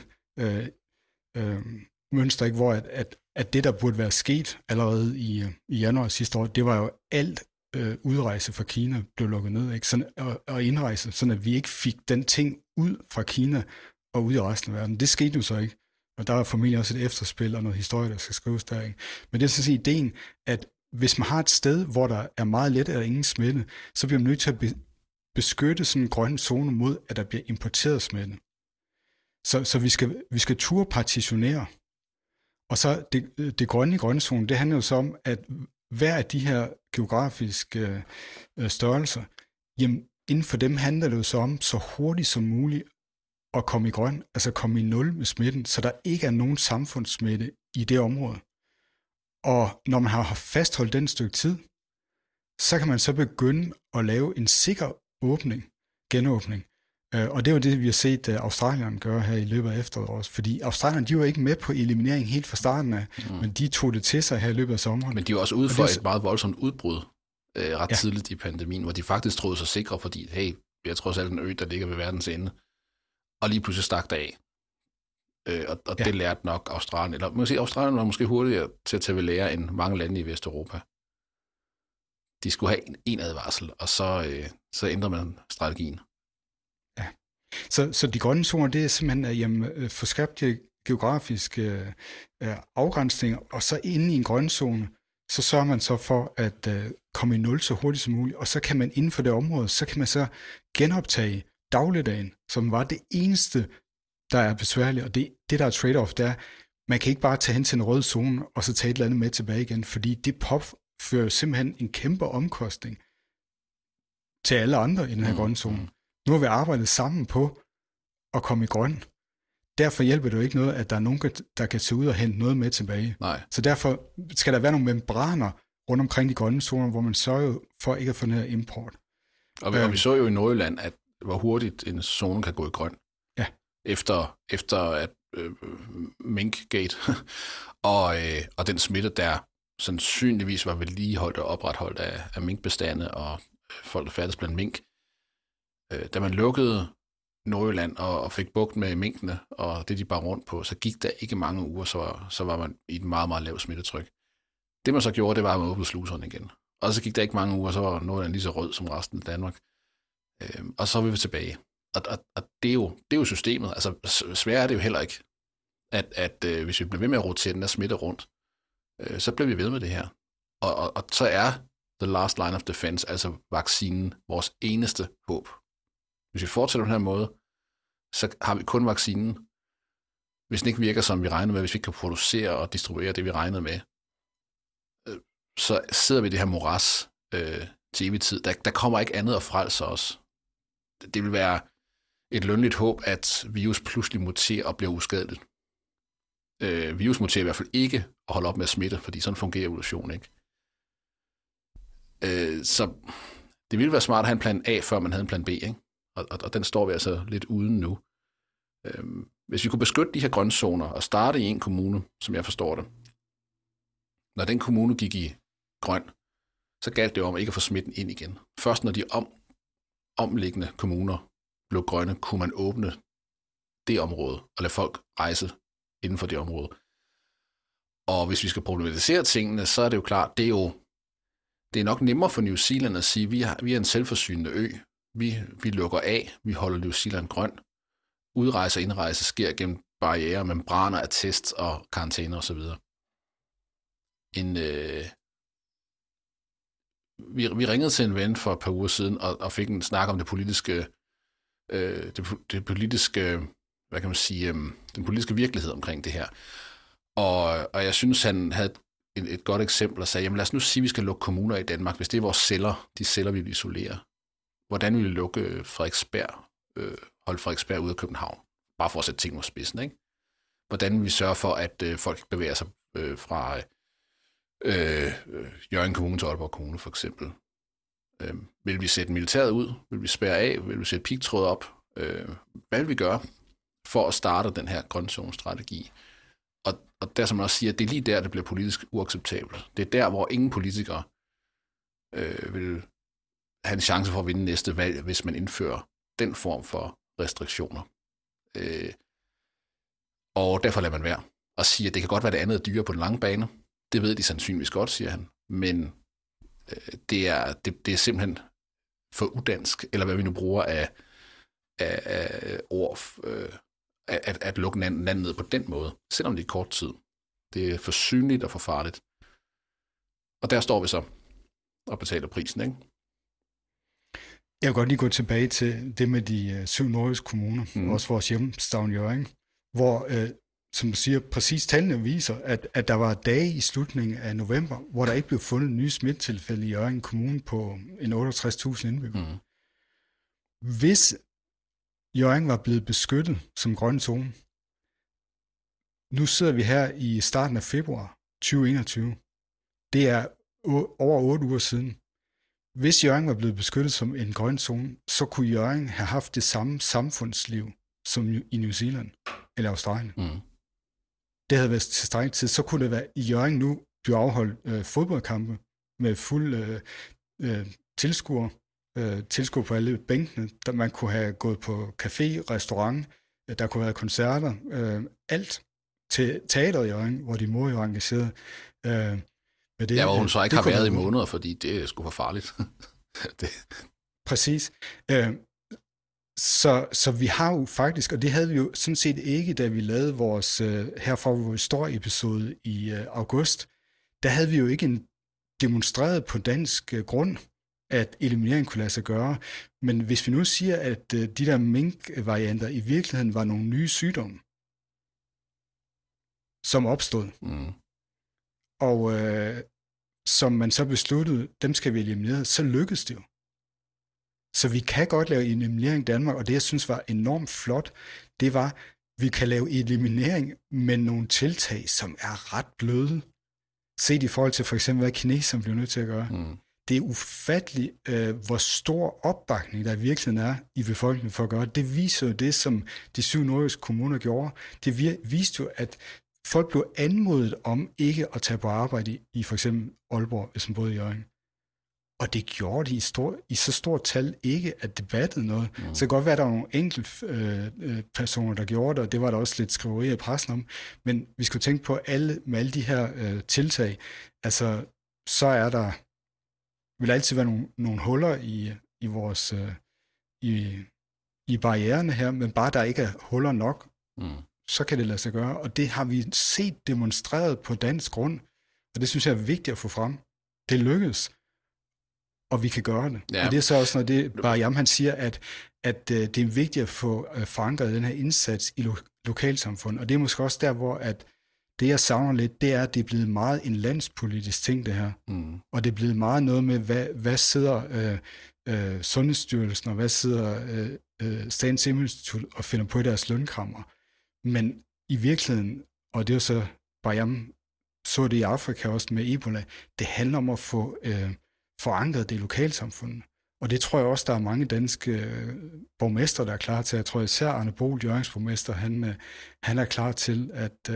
mønster, ikke? Hvor at det, der burde være sket allerede i januar sidste år, det var jo alt udrejse fra Kina blev lukket ned, ikke? Sådan, og indrejse, sådan at vi ikke fik den ting ud fra Kina og ud i resten af verden. Det skete jo så ikke. Og der er formentlig også et efterspil og noget historie, der skal skrives der, ikke? Men det er sådan set ideen, at hvis man har et sted, hvor der er meget let eller ingen smitte, så bliver man nødt til at beskytte sådan en grøn zone mod, at der bliver importeret smitte. Så vi skal turde partitionere. Og så det grønne i grønzonen, det handler jo så om, at hver af de her geografiske størrelser, jamen inden for dem handler det jo så om, så hurtigt som muligt at komme i grøn, altså komme i nul med smitten, så der ikke er nogen samfundssmitte i det område. Og når man har fastholdt den stykke tid, så kan man så begynde at lave en sikker genåbning. Og det er jo det, vi har set Australien gøre her i løbet af efteråret. Fordi Australien, de var ikke med på eliminering helt fra starten af, men de tog det til sig her i løbet af sommeren. Men de var også ude for et meget voldsomt udbrud ret tidligt i pandemien, hvor de faktisk troede sig sikre, fordi hey, jeg tror selv en ø, der ligger ved verdens ende. Og lige pludselig stak der af. Og det lærte nok Australien. Eller man kan sige, Australien var måske hurtigere til at tage ved lære end mange lande i Vesteuropa. De skulle have en advarsel, og så ændrer man strategien. Ja. Så de grønne zoner, det er simpelthen forskribte geografiske afgrænsninger, og så inde i en grøn zone, så sørger man så for at komme i nul så hurtigt som muligt, og så kan man inden for det område, så kan man så genoptage dagligdagen, som var det eneste, der er besværligt, og det der er trade-off, det er, man kan ikke bare tage hen til en rød zone, og så tage et eller andet med tilbage igen, fordi det påfører simpelthen en kæmpe omkostning til alle andre i den her grønne zone. Nu har vi arbejdet sammen på at komme i grøn. derfor hjælper det jo ikke noget, at der er nogen, der kan tage ud og hente noget med tilbage. Nej. Så derfor skal der være nogle membraner rundt omkring de grønne zoner, hvor man sørger for ikke at få den her import. Og vi så jo i Nordjylland, at hvor hurtigt en zone kan gå i grøn. Ja. Efter at minkgate og den smitte, der sandsynligvis var vedligeholdt og opretholdt af minkbestande og folk, der færdes blandt mink. Da man lukkede Nordjylland og fik bugt med minkene og det, de bar rundt på, så gik der ikke mange uger, så var man i et meget, meget lavt smittetryk. Det man så gjorde, det var, at man åbnede sluserne igen. Og så gik der ikke mange uger, så var Nordjylland lige så rød som resten af Danmark. Og så var vi tilbage. Og det er jo systemet. Altså, svært er det jo heller ikke, at hvis vi bliver ved med at rotere den der smitte rundt, så bliver vi ved med det her. Og så er the last line of defense, altså vaccinen, vores eneste håb. Hvis vi fortsætter på den her måde, så har vi kun vaccinen. Hvis den ikke virker, som vi regnede med, hvis vi ikke kan producere og distribuere det, vi regnede med, så sidder vi i det her moras til evig tid. Der kommer ikke andet at frelse os. Det vil være et lønligt håb, at virus pludselig muterer og bliver uskadeligt. Virus muterer i hvert fald ikke at holde op med at smitte, fordi sådan fungerer evolution ikke. Så det ville være smart at have en plan A, før man havde en plan B, ikke? Og den står vi altså lidt uden nu. Hvis vi kunne beskytte de her grønzoner og starte i en kommune, som jeg forstår det, når den kommune gik i grøn, så galt det om ikke at få smitten ind igen. Først når de omliggende kommuner blev grønne, kunne man åbne det område og lade folk rejse inden for det område. Og hvis vi skal problematisere tingene, så er det jo klart, det er nok nemmere for New Zealand at sige, vi er en selvforsynende ø. Vi lukker af, vi holder New Zealand grøn. Udrejse og indrejse sker gennem barrierer, membraner af test og karantæner osv. Vi ringede til en ven for et par uger siden og fik en snak om det politiske, hvad kan man sige, den politiske virkelighed omkring det her. Og jeg synes, han havde et godt eksempel og sagde, jamen lad os nu sige, at vi skal lukke kommuner i Danmark, hvis det er vores celler, de celler, vi vil isolere. Hvordan vil vi lukke Frederiksberg, holde Frederiksberg ude af København? Bare for at sætte ting på spidsen, ikke? Hvordan vil vi sørge for, at folk bevæger sig fra Hjørring Kommune til Aalborg Kommune, for eksempel? Vil vi sætte militæret ud? Vil vi spærre af? Vil vi sætte pigtråd op? Hvad vil vi gøre for at starte den her grønzone-strategi? Og der, som man også siger, det er lige der, det bliver politisk uacceptabelt. Det er der, hvor ingen politikere vil have en chance for at vinde næste valg, hvis man indfører den form for restriktioner. Og derfor lader man være og sige, at det kan godt være, det andet er dyre på den lange bane. Det ved de sandsynligvis godt, siger han. Men det er simpelthen for udansk, eller hvad vi nu bruger af ord, at lukke landet ned på den måde, selvom det er kort tid. Det er for synligt og for farligt. Og der står vi så og betaler prisen, ikke? Jeg vil godt lige gå tilbage til det med de 7 nordjyske kommuner, også vores hjemstavn Hjørring, hvor, som du siger, præcis tallene viser, at der var dage i slutningen af november, hvor der ikke blev fundet nye smittetilfælde i Hjørring Kommune på en 68.000 indbyggere. Hvis Hjørring var blevet beskyttet som grøn zone, nu sidder vi her i starten af februar 2021. Det er over 8 uger siden. Hvis Hjørring var blevet beskyttet som en grøn zone, så kunne Hjørring have haft det samme samfundsliv som i New Zealand eller Australien. Det havde været tilstrækkeligt tid. Så kunne det være i Hjørring nu blive afholdt fodboldkampe med fuld tilskuer på alle bænkene. Der man kunne have gået på café, restaurant, der kunne være koncerter, alt til teateret i Hjørring, hvor de mor jo engageret. Ja, hvor hun så ikke har været i måneder, fordi det er sgu for farligt. Præcis. Så vi har jo faktisk, og det havde vi jo sådan set ikke, da vi lavede vores herfra hvor vi står episode i august, der havde vi jo ikke demonstreret på dansk grund, at eliminering kunne lade sig gøre. Men hvis vi nu siger, at de der mink-varianter i virkeligheden var nogle nye sygdomme, som opstod, og som man så besluttede, dem skal vi eliminere, så lykkedes det jo. Så vi kan godt lave eliminering i Danmark, og det jeg synes var enormt flot, det var, vi kan lave eliminering med nogle tiltag, som er ret bløde. Set i forhold til for eksempel, hvad kineserne bliver nødt til at gøre. Det er ufatteligt, hvor stor opbakning der i virkeligheden er i befolkningen for at gøre. Det viser jo det, som de 7 nordjyske kommuner gjorde. Det viste jo, at folk blev anmodet om ikke at tage på arbejde i for eksempel Aalborg, hvis man boede i Hjørring. Og det gjorde de i så stort tal ikke, at det battede noget. Så det kan godt være, at der var nogle enkelte personer, der gjorde det, og det var der også lidt skriverier i pressen om. Men vi skulle tænke på med alle de her tiltag. Altså, så er der vil altid være nogle huller i vores i barriererne her, men bare der ikke er huller nok, så kan det lade sig gøre. Og det har vi set demonstreret på dansk grund, og det synes jeg er vigtigt at få frem. Det lykkedes, og vi kan gøre det. Ja. Og det er så også, når det Barjam han siger, at det er vigtigt at få forankret den her indsats i lokalsamfundet. Og det er måske også der, hvor at det, jeg savner lidt, det er, at det er blevet meget en landspolitisk ting, det her. Og det er blevet meget noget med, hvad sidder Sundhedsstyrelsen, og hvad sidder Statens Serum Institut og finder på deres lønkrammer. Men i virkeligheden, og det er jo så, Barjam så det i Afrika også med Ebola, det handler om at få forankret det i lokalsamfundet. Og det tror jeg også, der er mange danske borgmester, der er klar til. Jeg tror især Arne Bohl, Hjørrings borgmester, han er klar til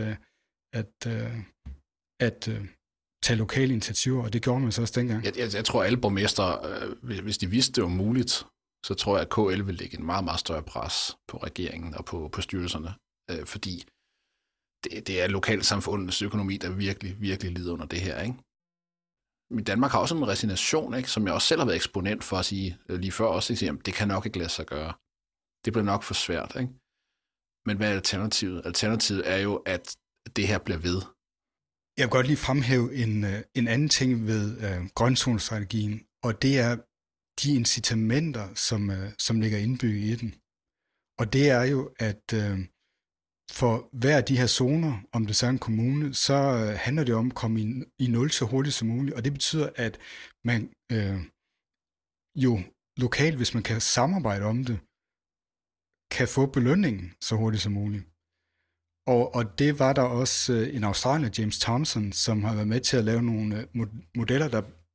at tage lokale initiativer, og det gjorde man så også dengang. Jeg tror, alle borgmester, hvis de vidste, det var muligt, så tror jeg, at KL vil lægge en meget, meget større pres på regeringen og på styrelserne, fordi det er lokalsamfundets økonomi, der virkelig, virkelig lider under det her, ikke? Men Danmark har også en resignation, ikke, som jeg også selv har været eksponent for at sige, lige før også, at det kan nok ikke lade sig gøre. Det bliver nok for svært, ikke? Men hvad er alternativet? Alternativet er jo, at det her bliver ved. Jeg vil godt lige fremhæve en anden ting ved grønzonestrategien, og det er de incitamenter, som ligger indbygget i den. Og det er jo, at for hver af de her zoner, om det så er en kommune, så handler det om at komme i nul så hurtigt som muligt. Og det betyder, at man jo lokalt, hvis man kan samarbejde om det, kan få belønningen så hurtigt som muligt. Og det var der også en australier, James Thompson, som har været med til at lave nogle modeller,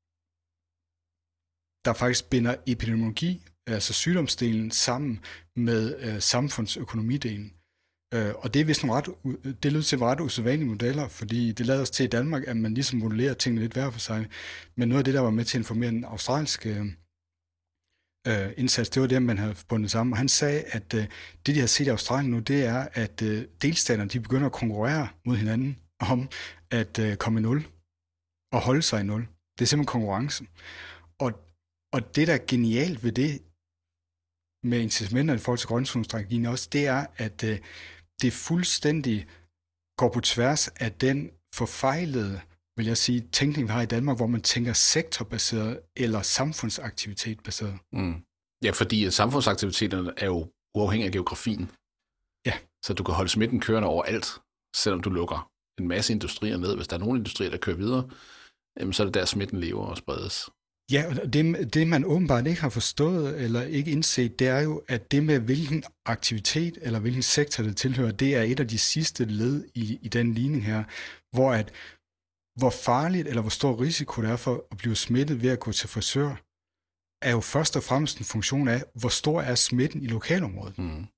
der faktisk binder epidemiologi, altså sygdomsdelen, sammen med samfundsøkonomidelen. Og det er vist det lyder til ret usædvanlige modeller, fordi det lader os til i Danmark, at man ligesom modellerer tingene lidt hver for sig. Men noget af det, der var med til at informere den australske indsats, det var det, man havde bundet sammen. Og han sagde, at det, de har set i Australien nu, det er, at delstaterne, de begynder at konkurrere mod hinanden om at komme i nul og holde sig i nul. Det er simpelthen konkurrence. Og det, der er genialt ved det, med incitamenterne i forhold til grønzonestrategien også, det er, at det fuldstændig går på tværs af den forfejlede, vil jeg sige, tænkning, vi har i Danmark, hvor man tænker sektorbaseret eller samfundsaktivitet-baseret. Ja, fordi samfundsaktiviteterne er jo uafhængige af geografien. Ja. Så du kan holde smitten kørende overalt, selvom du lukker en masse industrier ned. Hvis der er nogle industrier, der kører videre, så er det der, smitten lever og spredes. Ja, og det man åbenbart ikke har forstået eller ikke indset, det er jo, at det med hvilken aktivitet eller hvilken sektor det tilhører, det er et af de sidste led i den ligning her, hvor farligt eller hvor stor risiko det er for at blive smittet ved at gå til frisør, er jo først og fremmest en funktion af, hvor stor er smitten i lokalområdet.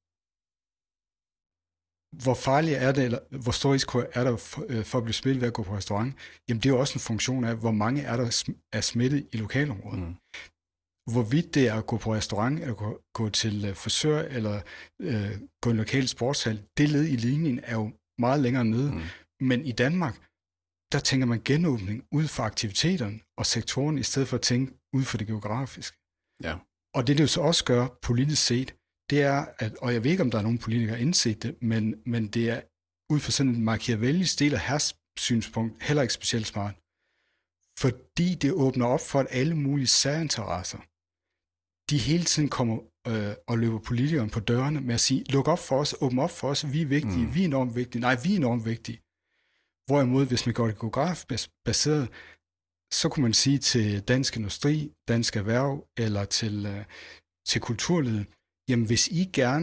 Hvor farligt er det, eller hvor stor risiko er der for at blive smittet ved at gå på restaurant? Jamen, det er jo også en funktion af, hvor mange er smittet i lokalområdet. Hvorvidt det er at gå på restaurant, eller gå til frisør, eller gå i en lokal sportshal, det led i linjen er jo meget længere nede. Men i Danmark, der tænker man genåbning ud for aktiviteterne og sektoren, i stedet for at tænke ud for det geografiske. Ja. Og det jo så også gør politisk set, det er, at, og jeg ved ikke, om der er nogen politikere, der har indset det, men det er ud fra sådan en Machiavellis del af Hers synspunkt heller ikke specielt smart. Fordi det åbner op for, at alle mulige særinteresser, de hele tiden kommer og løber politikeren på dørene med at sige, luk op for os, åbn op for os, vi er vigtige, vi er enormt vigtige. Nej, vi er enormt vigtige. Hvorimod, hvis man går det geografisk baseret, så kunne man sige til Dansk Industri, Dansk Erhverv eller til kulturlivet, jamen hvis I gerne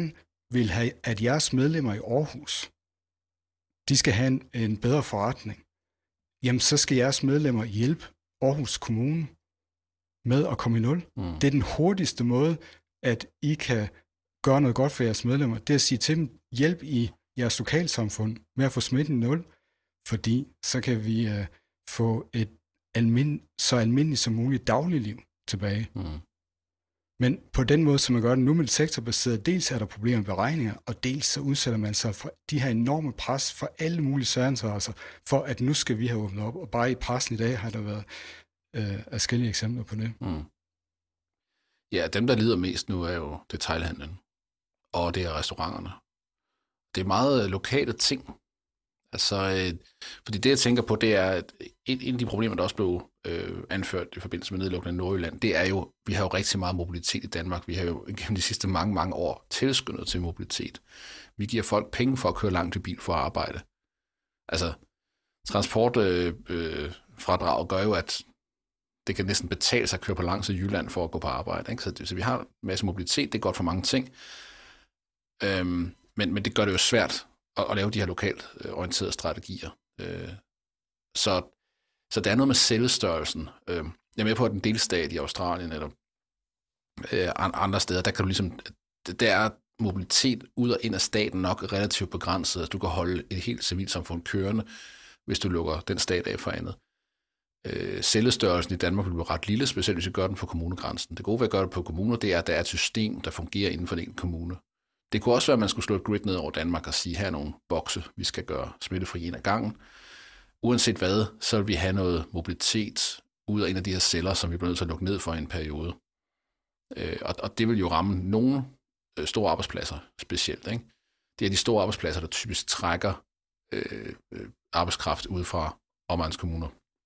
vil have, at jeres medlemmer i Aarhus, de skal have en bedre forretning, jamen så skal jeres medlemmer hjælpe Aarhus Kommune med at komme i nul. Det er den hurtigste måde, at I kan gøre noget godt for jeres medlemmer. Det er at sige til dem, hjælp i jeres lokalsamfund med at få smitten i nul, fordi så kan vi få et så almindeligt som muligt dagligliv tilbage. Men på den måde, som man gør det nu med det sektorbaseret, dels er der problemer med beregninger, og dels så udsætter man sig for de her enorme pres for alle mulige særinteresser, for at nu skal vi have åbnet op. Og bare i pressen i dag har der været forskellige eksempler på det. Ja, dem der lider mest nu er jo detailhandlen, og det er restauranterne. Det er meget lokale ting. Altså, fordi det jeg tænker på, det er, at en af de problemer, der også blev anført i forbindelse med nedlukningen af Nordjylland, det er jo, vi har jo rigtig meget mobilitet i Danmark. Vi har jo gennem de sidste mange år tilskyndet til mobilitet. Vi giver folk penge for at køre langt i bil for at arbejde. Altså, transportfradrag gør jo, at det kan næsten betale sig at køre på langs i Jylland for at gå på arbejde. Ikke? Så vi har en masse mobilitet, det er godt for mange ting. Men det gør det jo svært at lave de her lokalt orienterede strategier. Så der er noget med selvstørrelsen. Jeg er med på, at en delstat i Australien eller andre steder, der kan du ligesom, der er mobilitet ud og ind af staten nok relativt begrænset, at du kan holde et helt civilsamfund kørende, hvis du lukker den stat af for andet. Selvstørrelsen i Danmark vil blive ret lille, specielt hvis vi gør den på kommunegrænsen. Det gode ved at gøre det på kommuner, det er, at der er et system, der fungerer inden for en kommune. Det kunne også være, at man skulle slå et grid ned over Danmark og sige, her er nogle bokse, vi skal gøre smittefri en af gangen. Uanset hvad, så vil vi have noget mobilitet ud af en af de her celler, som vi bliver nødt til at lukke ned for i en periode. Og det vil jo ramme nogle store arbejdspladser specielt. Ikke? Det er de store arbejdspladser, der typisk trækker arbejdskraft ud fra omegnskommuner.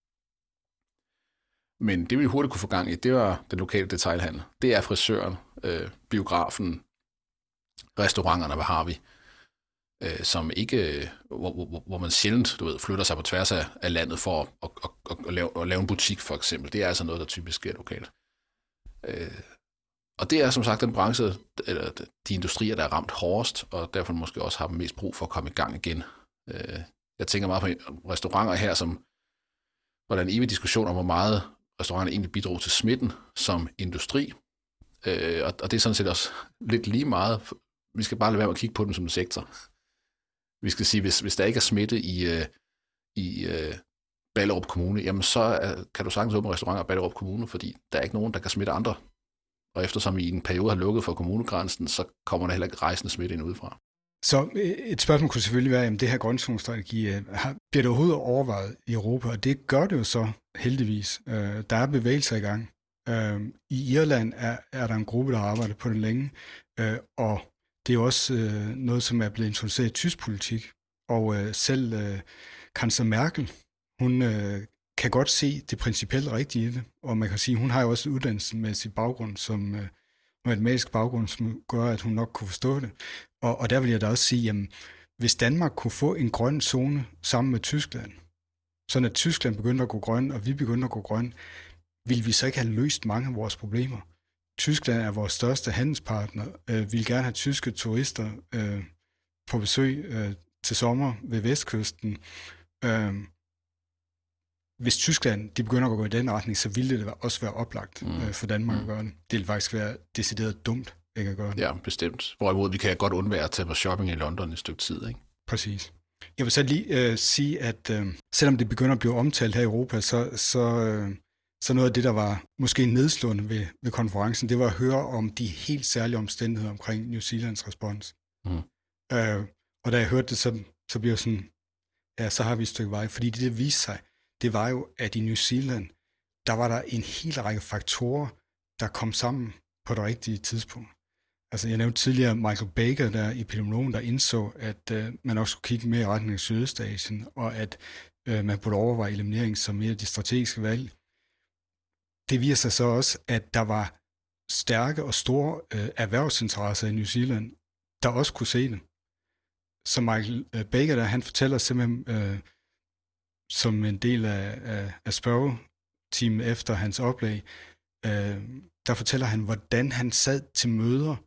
Men det vi hurtigt kunne få gang i, det var den lokale detailhandel. Det er frisøren, biografen, restauranterne, hvad har vi, som ikke, hvor man sjældent, flytter sig på tværs af landet for at lave en butik, for eksempel. Det er altså noget, der typisk sker lokalt. Og det er som sagt den branche, eller de industrier, der er ramt hårdest, og derfor måske også har mest brug for at komme i gang igen. Jeg tænker meget på restauranter her, som hvor der er en evig diskussion om, hvor meget restauranter egentlig bidrog til smitten som industri. Og det er sådan set også lidt lige meget. Vi skal bare lade være med at kigge på dem som en sektor. Vi skal sige, hvis der ikke er smitte i Ballerup Kommune, jamen så kan du sagtens åbne restauranter i Ballerup Kommune, fordi der er ikke nogen, der kan smitte andre. Og eftersom vi i en periode har lukket for kommunegrænsen, så kommer der heller ikke rejsende smitte ind udefra. Så et spørgsmål kunne selvfølgelig være, om det her grønzonestrategi bliver det overhovedet overvejet i Europa, og det gør det jo så heldigvis. Der er bevægelser i gang. I Irland er der en gruppe, der har arbejdet på det længe, og det er jo også noget, som er blevet introduceret i tysk politik. Og selv kansler Merkel, hun kan godt se det principielt rigtige i det, og man kan sige, hun har jo også uddannelse med sit baggrund som matematisk baggrund, som gør, at hun nok kunne forstå det. Og der vil jeg da også sige, jamen, hvis Danmark kunne få en grøn zone sammen med Tyskland, sådan at Tyskland begyndte at gå grøn, og vi begyndte at gå grøn, ville vi så ikke have løst mange af vores problemer. Tyskland er vores største handelspartner. Vi vil gerne have tyske turister på besøg til sommer ved Vestkysten. Hvis Tyskland de begynder at gå i den retning, så ville det også være oplagt for Danmark at gøre det. Det ville faktisk være decideret dumt ikke at gøre det. Ja, bestemt. Hvorimod vi kan godt undvære at tage på shopping i London et stykke tid, ikke? Præcis. Jeg vil så lige sige, at selvom det begynder at blive omtalt her i Europa, så noget af det, der var måske nedslående ved konferencen, det var at høre om de helt særlige omstændigheder omkring New Zealands respons. Og da jeg hørte det, så blev jeg sådan, ja, så har vi et stykke vej. Fordi det viste sig, det var jo, at i New Zealand, der var der en hel række faktorer, der kom sammen på det rigtige tidspunkt. Altså, jeg nævnte tidligere Michael Baker, der epidemiologen, der indså, at man også skulle kigge mere i retning af Sydøstasien, og at man burde overveje eliminering som mere af de strategiske valg. Det viser sig så også, at der var stærke og store erhvervsinteresser i New Zealand, der også kunne se det. Så Michael Baker, der han fortæller simpelthen som en del af spørgeteamet efter hans oplæg, der fortæller han, hvordan han sad til møder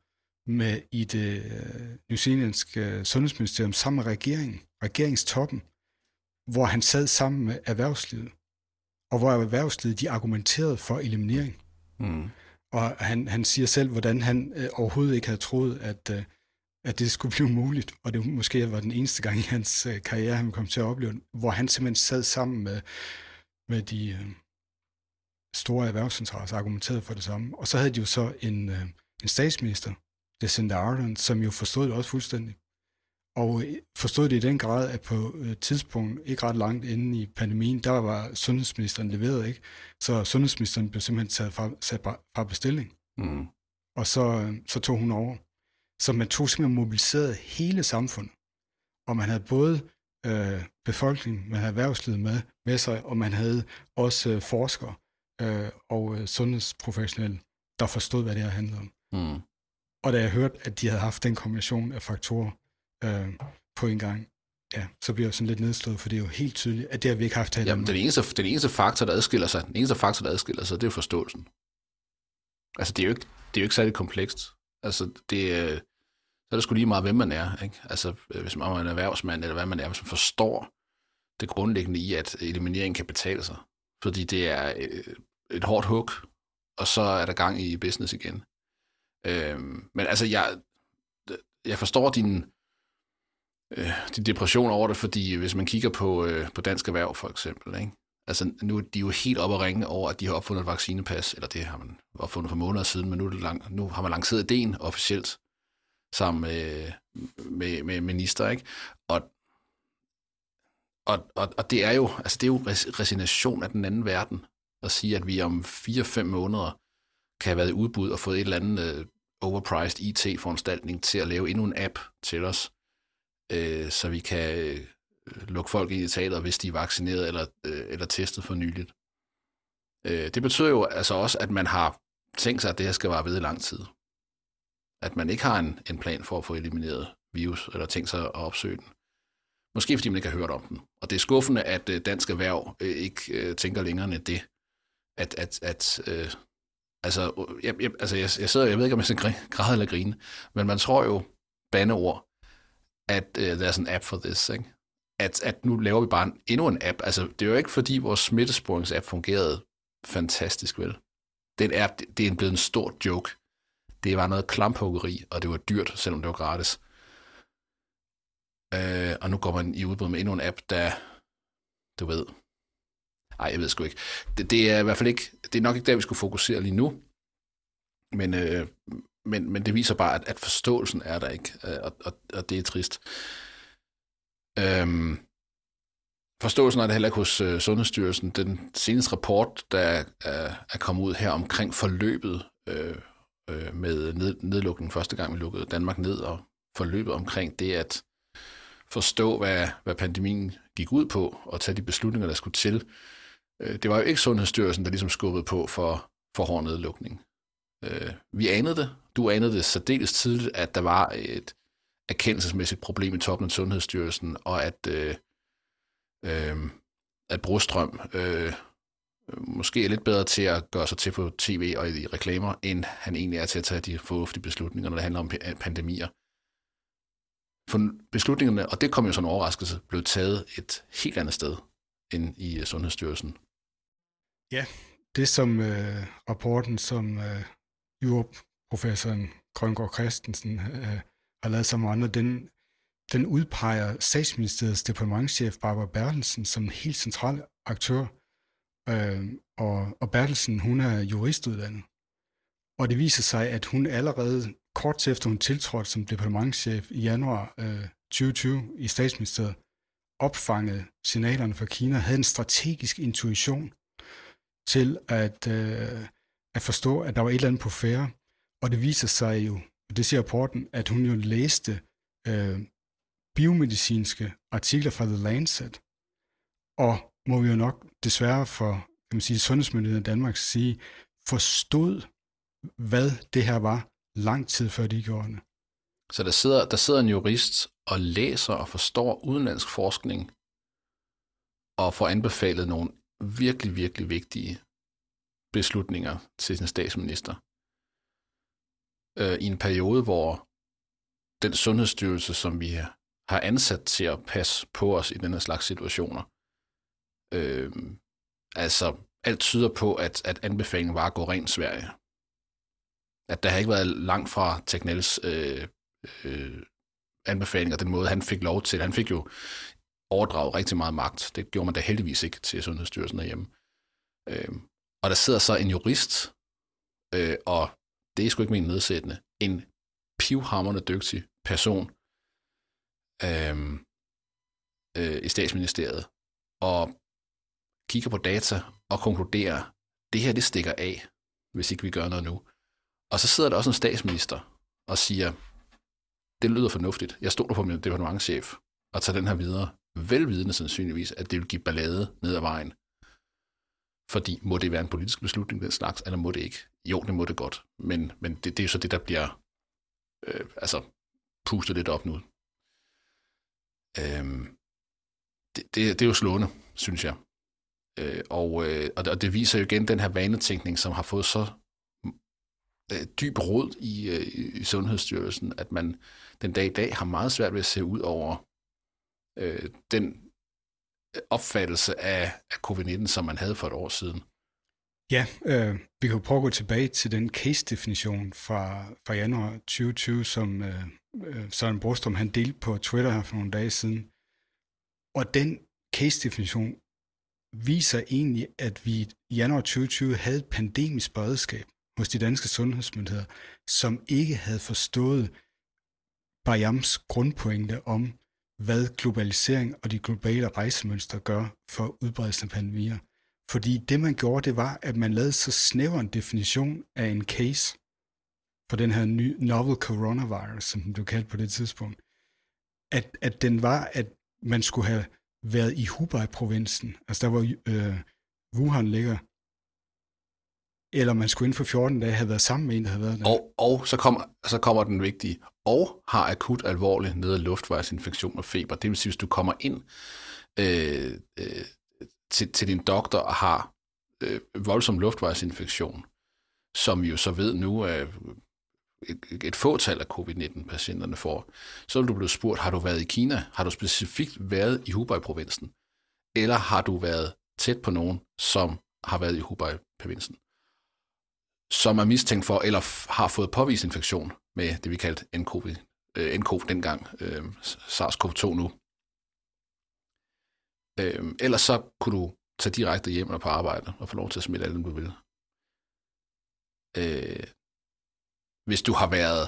med i det newzealandske sundhedsministerium sammen med regeringstoppen, hvor han sad sammen med erhvervslivet, og hvor erhvervslivet de argumenterede for eliminering. Og han siger selv, hvordan han overhovedet ikke havde troet, at det skulle blive muligt, og det måske var den eneste gang i hans karriere, han kom til at opleve, hvor han simpelthen sad sammen med de store erhvervsinteresser og argumenterede for det samme. Og så havde de jo så en statsminister, Jacinda Ardern, som jo forstod det også fuldstændig. Og forstod det i den grad, at på et tidspunkt, ikke ret langt inde i pandemien, der var sundhedsministeren leveret, ikke? Så sundhedsministeren blev simpelthen sat fra bestilling. Og så tog hun over. Så man tog simpelthen mobiliseret hele samfundet. Og man havde både befolkningen, man havde erhvervslivet med sig, og man havde også forskere og sundhedsprofessionelle, der forstod, hvad det her handlede om. Og da jeg hørte, at de havde haft den kombination af faktorer på en gang, ja, så bliver jeg sådan lidt nedslået, for det er jo helt tydeligt, at det har vi ikke haft her. Jamen, den eneste faktor, der adskiller sig, det er jo forståelsen. Altså, det er jo ikke særlig komplekst. Altså, så er det sgu lige meget, hvem man er, ikke? Altså, hvis man er en erhvervsmand, eller hvad man er, hvis man forstår det grundlæggende i, at eliminering kan betale sig. Fordi det er et hårdt hug, og så er der gang i business igen. Men altså, jeg forstår din depression over det, fordi hvis man kigger på Dansk Erhverv for eksempel, ikke? Altså, nu er de jo helt oppe at ringe over, at de har opfundet et vaccinepas, eller det har man opfundet for måneder siden, men nu har man lanceret ideen officielt sammen med minister, ikke? Og det er jo, altså det er jo resignation af den anden verden, at sige, at vi om 4-5 måneder kan have været i udbud og fået et eller andet overpriced IT-foranstaltning til at lave endnu en app til os, så vi kan lukke folk ind i teateret, hvis de er vaccineret eller testet for nyligt. Det betyder jo altså også, at man har tænkt sig, at det her skal vare ved i lang tid. At man ikke har en plan for at få elimineret virus, eller tænkt sig at opsøge den. Måske fordi man ikke har hørt om den. Og det er skuffende, at Dansk Erhverv ikke tænker længere end det. Jeg sidder, jeg ved ikke, om jeg skal græde eller grine, men man tror jo bandeord, at there's an app for this, ikke? At nu laver vi bare endnu en app. Altså, det er jo ikke, fordi vores smittesporingsapp fungerede fantastisk vel. Det er blevet en stor joke. Det var noget klamphuggeri, og det var dyrt, selvom det var gratis. Og nu går man i udbud med endnu en app, der, du ved... Ej, jeg ved sgu ikke. Det er i hvert fald ikke... Det er nok ikke der, vi skulle fokusere lige nu. Men det viser bare, at forståelsen er der ikke, og det er trist. Forståelsen er det heller ikke hos Sundhedsstyrelsen. Den seneste rapport, der er kommet ud her omkring forløbet med nedlukningen første gang, vi lukkede Danmark ned, og forløbet omkring det at forstå, hvad pandemien gik ud på, og tage de beslutninger, der skulle til. Det var jo ikke Sundhedsstyrelsen, der ligesom skubbede på for hård nedlukning. Vi anede det. Du anede det særdeles tidligt, at der var et erkendelsesmæssigt problem i toppen af Sundhedsstyrelsen, og at Brostrøm måske er lidt bedre til at gøre sig til på tv og i reklamer, end han egentlig er til at tage de fornuftige beslutninger, når det handler om pandemier. For beslutningerne, og det kom jo som en overraskelse, blev taget et helt andet sted end i Sundhedsstyrelsen. Ja, det som rapporten, som Europe-professoren Grøngaard Christensen har lavet sammen med andre, den udpeger statsministeriets departementschef Barbara Bertelsen som en helt central aktør. Og Bertelsen, hun er juristuddannet. Og det viser sig, at hun allerede kort tid efter hun tiltrådte som departementschef i januar 2020 i statsministeriet, opfangede signalerne fra Kina, havde en strategisk intuition til at forstå, at der var et eller andet på færde. Og det viser sig jo, det siger rapporten, at hun jo læste biomedicinske artikler fra The Lancet, og må vi jo nok desværre for sundhedsmyndigheden i Danmark sige, forstod, hvad det her var, lang tid før de gjorde det. Så der sidder en jurist og læser og forstår udenlandsk forskning, og får anbefalet nogle virkelig, virkelig vigtige beslutninger til sin statsminister. i en periode, hvor den sundhedsstyrelse, som vi har ansat til at passe på os i denne slags situationer, altså alt tyder på, at anbefalingen var at gå rent Sverige. At der har ikke været langt fra Tegnells anbefalinger, den måde, han fik lov til. Han fik jo overdraget rigtig meget magt. Det gjorde man da heldigvis ikke til Sundhedsstyrelsen derhjemme. Og der sidder så en jurist, og det er sgu ikke min nedsættende, en pivhamrende dygtig person i statsministeriet, og kigger på data og konkluderer, det her, det stikker af, hvis ikke vi gør noget nu. Og så sidder der også en statsminister og siger, det lyder fornuftigt. Jeg stoler på min departementschef og tager den her videre, velvidende sandsynligvis, at det vil give ballade ned ad vejen. Fordi må det være en politisk beslutning, den slags, eller må det ikke? Jo, det må det godt. Men det er jo så det, der bliver pustet lidt op nu. Det er jo slående, synes jeg. Og det viser jo igen den her vanetænkning, som har fået så dyb rod i Sundhedsstyrelsen, at man den dag i dag har meget svært ved at se ud over den opfattelse af covid-19, som man havde for et år siden. Ja, vi kan jo prøve at gå tilbage til den case-definition fra januar 2020, som Søren Brostrøm han delte på Twitter her for nogle dage siden. Og den case-definition viser egentlig, at vi i januar 2020 havde et pandemisk beredskab hos de danske sundhedsmyndigheder, som ikke havde forstået Bayams grundpointe om, hvad globalisering og de globale rejsemønstre gør for udbredelsen af pandemier. Fordi det, man gjorde, det var, at man lavede så snæver en definition af en case for den her novel coronavirus, som den blev kaldt på det tidspunkt, at den var, at man skulle have været i Hubei-provinsen, altså der hvor Wuhan ligger, eller man skulle inden for 14 dage have været sammen med en, der havde været der. Og så kommer den vigtige, og har akut alvorlig ned- og luftvejsinfektion og feber. Det vil sige, hvis du kommer ind til din doktor og har voldsom luftvejsinfektion, som vi jo så ved nu et fåtal af covid-19-patienterne får, så vil du blive spurgt, har du været i Kina? Har du specifikt været i Hubei-provinsen? Eller har du været tæt på nogen, som har været i Hubei-provinsen? Som er mistænkt for, eller har fået påvist infektion med det, vi kaldte nCoV dengang, SARS-CoV-2 nu. Ellers så kunne du tage direkte hjem eller på arbejde og få lov til at smitte alle, du vil. Hvis du har været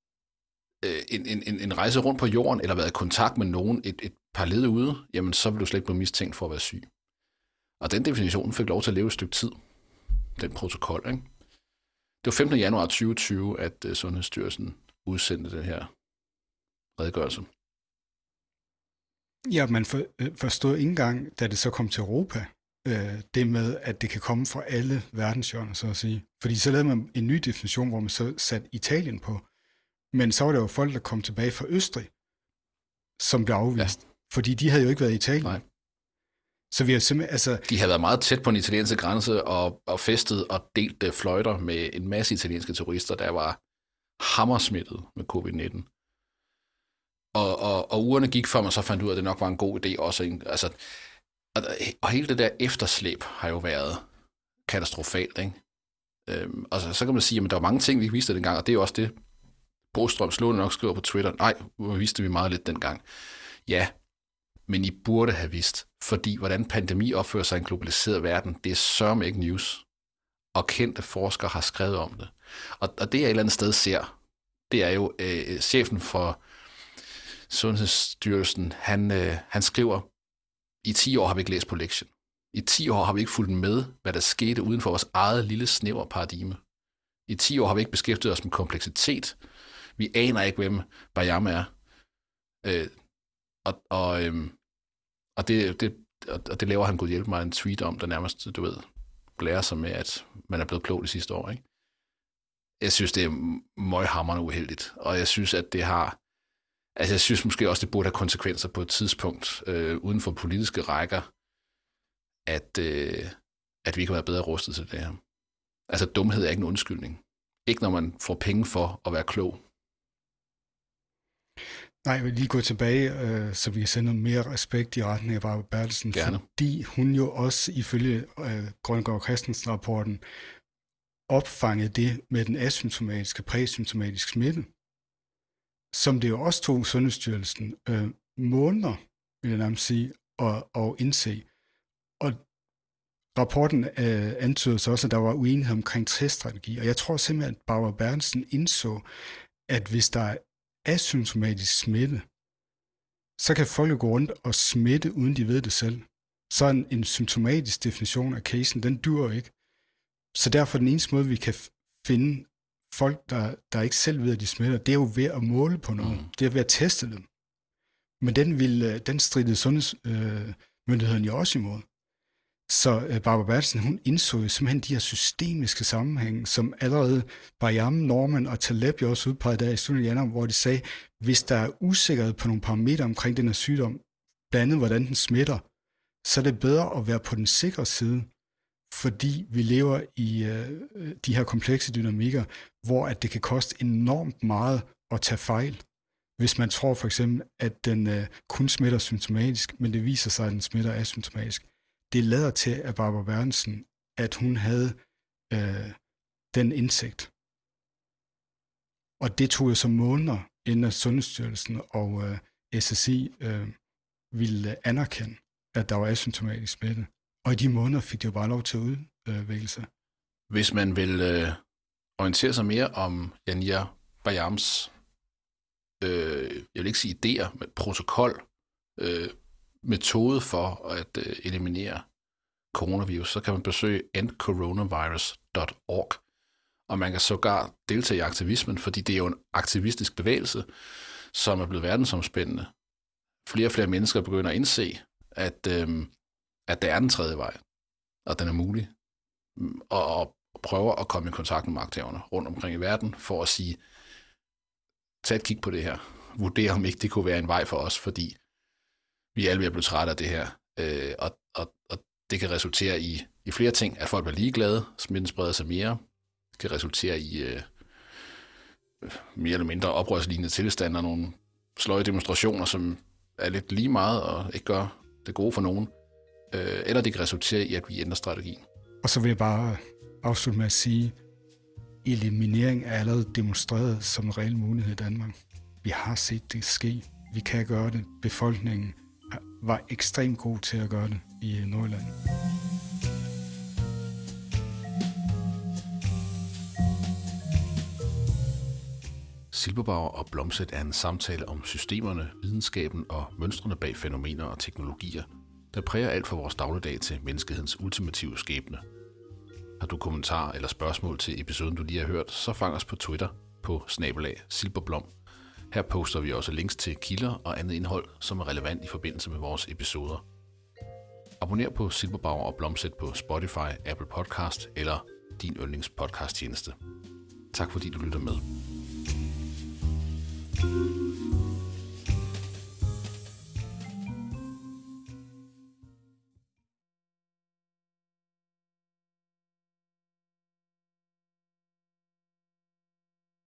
en rejse rundt på jorden, eller været i kontakt med nogen et par led ude, jamen så vil du slet ikke blive mistænkt for at være syg. Og den definition fik lov til at leve et stykke tid. Den protokol, ikke? Det var 15. januar 2020, at Sundhedsstyrelsen udsendte den her redegørelse. Ja, man forstod ikke engang, da det så kom til Europa, det med, at det kan komme fra alle verdenshjørner, så at sige. Fordi så lavede man en ny definition, hvor man så satte Italien på. Men så var der jo folk, der kom tilbage fra Østrig, som blev afvist. Ja. Fordi de havde jo ikke været i Italien. Nej. Så vi har simpelthen, de havde været meget tæt på den italienske grænse og festet og delt fløjter med en masse italienske turister, der var hammersmittet med covid-19. Og ugerne gik, før man så fandt ud af, at det nok var en god idé også. Og hele det der efterslæb har jo været katastrofalt, ikke? Og så kan man sige, at der var mange ting, vi ikke vidste dengang, og det er jo også det, Brostrøm slående nok skriver på Twitter. Nej, vidste vi meget lidt dengang. Ja, men I burde have vidst, fordi hvordan pandemi opfører sig i en globaliseret verden, det er sørme ikke news. Og kendte forskere har skrevet om det. Og det jeg et eller andet sted ser, det er jo chefen for Sundhedsstyrelsen, han skriver, i 10 år har vi ikke læst på lektion. I 10 år har vi ikke fulgt med, hvad der skete uden for vores eget lille snæver paradigme. I 10 år har vi ikke beskæftiget os med kompleksitet. Vi aner ikke, hvem Bayam er. Og det laver han god hjælpe mig en tweet om, der nærmest, du ved, blærer sig med, at man er blevet klog de sidste år, ikke? Jeg synes, det er møghamrende uheldigt, og jeg synes, at det har... Altså, jeg synes måske også, det burde have konsekvenser på et tidspunkt uden for politiske rækker, at vi ikke har været bedre rustet til det her. Altså, dumhed er ikke en undskyldning. Ikke når man får penge for at være klog. Nej, jeg vil lige gå tilbage, så vi kan sende noget mere respekt i retning af Barbara Bertelsen, Gerne. fordi hun jo også ifølge Grøngaard Christensen-rapporten opfangede det med den asymptomatiske, præsymptomatiske smitte, som det jo også tog Sundhedsstyrelsen måneder, vil jeg nærmest sige, at indse. Og rapporten antyder så også, at der var uenighed omkring teststrategi, og jeg tror simpelthen, at Barbara Bertelsen indså, at hvis der er asymptomatisk smitte, så kan folk gå rundt og smitte, uden de ved det selv. Så en symptomatisk definition af casen, den dur ikke. Så derfor den eneste måde, vi kan finde folk, der ikke selv ved, at de smitter, det er jo ved at måle på noget. Det er ved at teste dem. Men den strittede sundhedsmyndigheden jo også imod. Så Barbara Bertelsen, hun indså jo simpelthen de her systemiske sammenhænge, som allerede Bayam, Norman og Taleb jo også udpegede der i studiet i januar, hvor de sagde, hvis der er usikkerhed på nogle parametre omkring den her sygdom, blandt andet hvordan den smitter, så er det bedre at være på den sikre side, fordi vi lever i de her komplekse dynamikker, hvor at det kan koste enormt meget at tage fejl. Hvis man tror for eksempel, at den kun smitter symptomatisk, men det viser sig, at den smitter asymptomatisk. Det lader til, at Barbara Bertelsen, at hun havde den indsigt. Og det tog jo så måneder, inden Sundhedsstyrelsen og SSI ville anerkende, at der var asymptomatisk smitte. Og i de måneder fik det jo bare lov til at udvikle sig. Hvis man vil orientere sig mere om Yanira Bayams, jeg vil ikke sige idéer, men protokol, metode for at eliminere coronavirus, så kan man besøge endcoronavirus.org, og man kan sågar deltage i aktivismen, fordi det er jo en aktivistisk bevægelse, som er blevet verdensomspændende. Flere og flere mennesker begynder at indse, at der er den tredje vej, og den er mulig, og prøver at komme i kontakt med magthaverne rundt omkring i verden, for at sige, tag et kig på det her, vurder om ikke det kunne være en vej for os, fordi vi er alle ved at blive trætte af det her, og det kan resultere i flere ting, at folk bliver ligeglade, smitten spreder sig mere, det kan resultere i mere eller mindre oprørslignende tilstande og nogle sløje demonstrationer, som er lidt lige meget og ikke gør det gode for nogen, eller det kan resultere i, at vi ændrer strategien. Og så vil jeg bare afslutte med at sige, eliminering er allerede demonstreret som en reel mulighed i Danmark. Vi har set det ske. Vi kan gøre det. Befolkningen var ekstremt god til at gøre det i Nordjylland. Silberbauer og Blomstedt er en samtale om systemerne, videnskaben og mønstrene bag fænomener og teknologier, der præger alt fra vores dagligdag til menneskehedens ultimative skæbne. Har du kommentarer eller spørgsmål til episoden, du lige har hørt, så fang os på Twitter på @silberblom. Her poster vi også links til kilder og andet indhold, som er relevant i forbindelse med vores episoder. Abonner på Silberbauer og Blomstedt på Spotify, Apple Podcast eller din yndlingspodcast-tjeneste. Tak fordi du lytter med.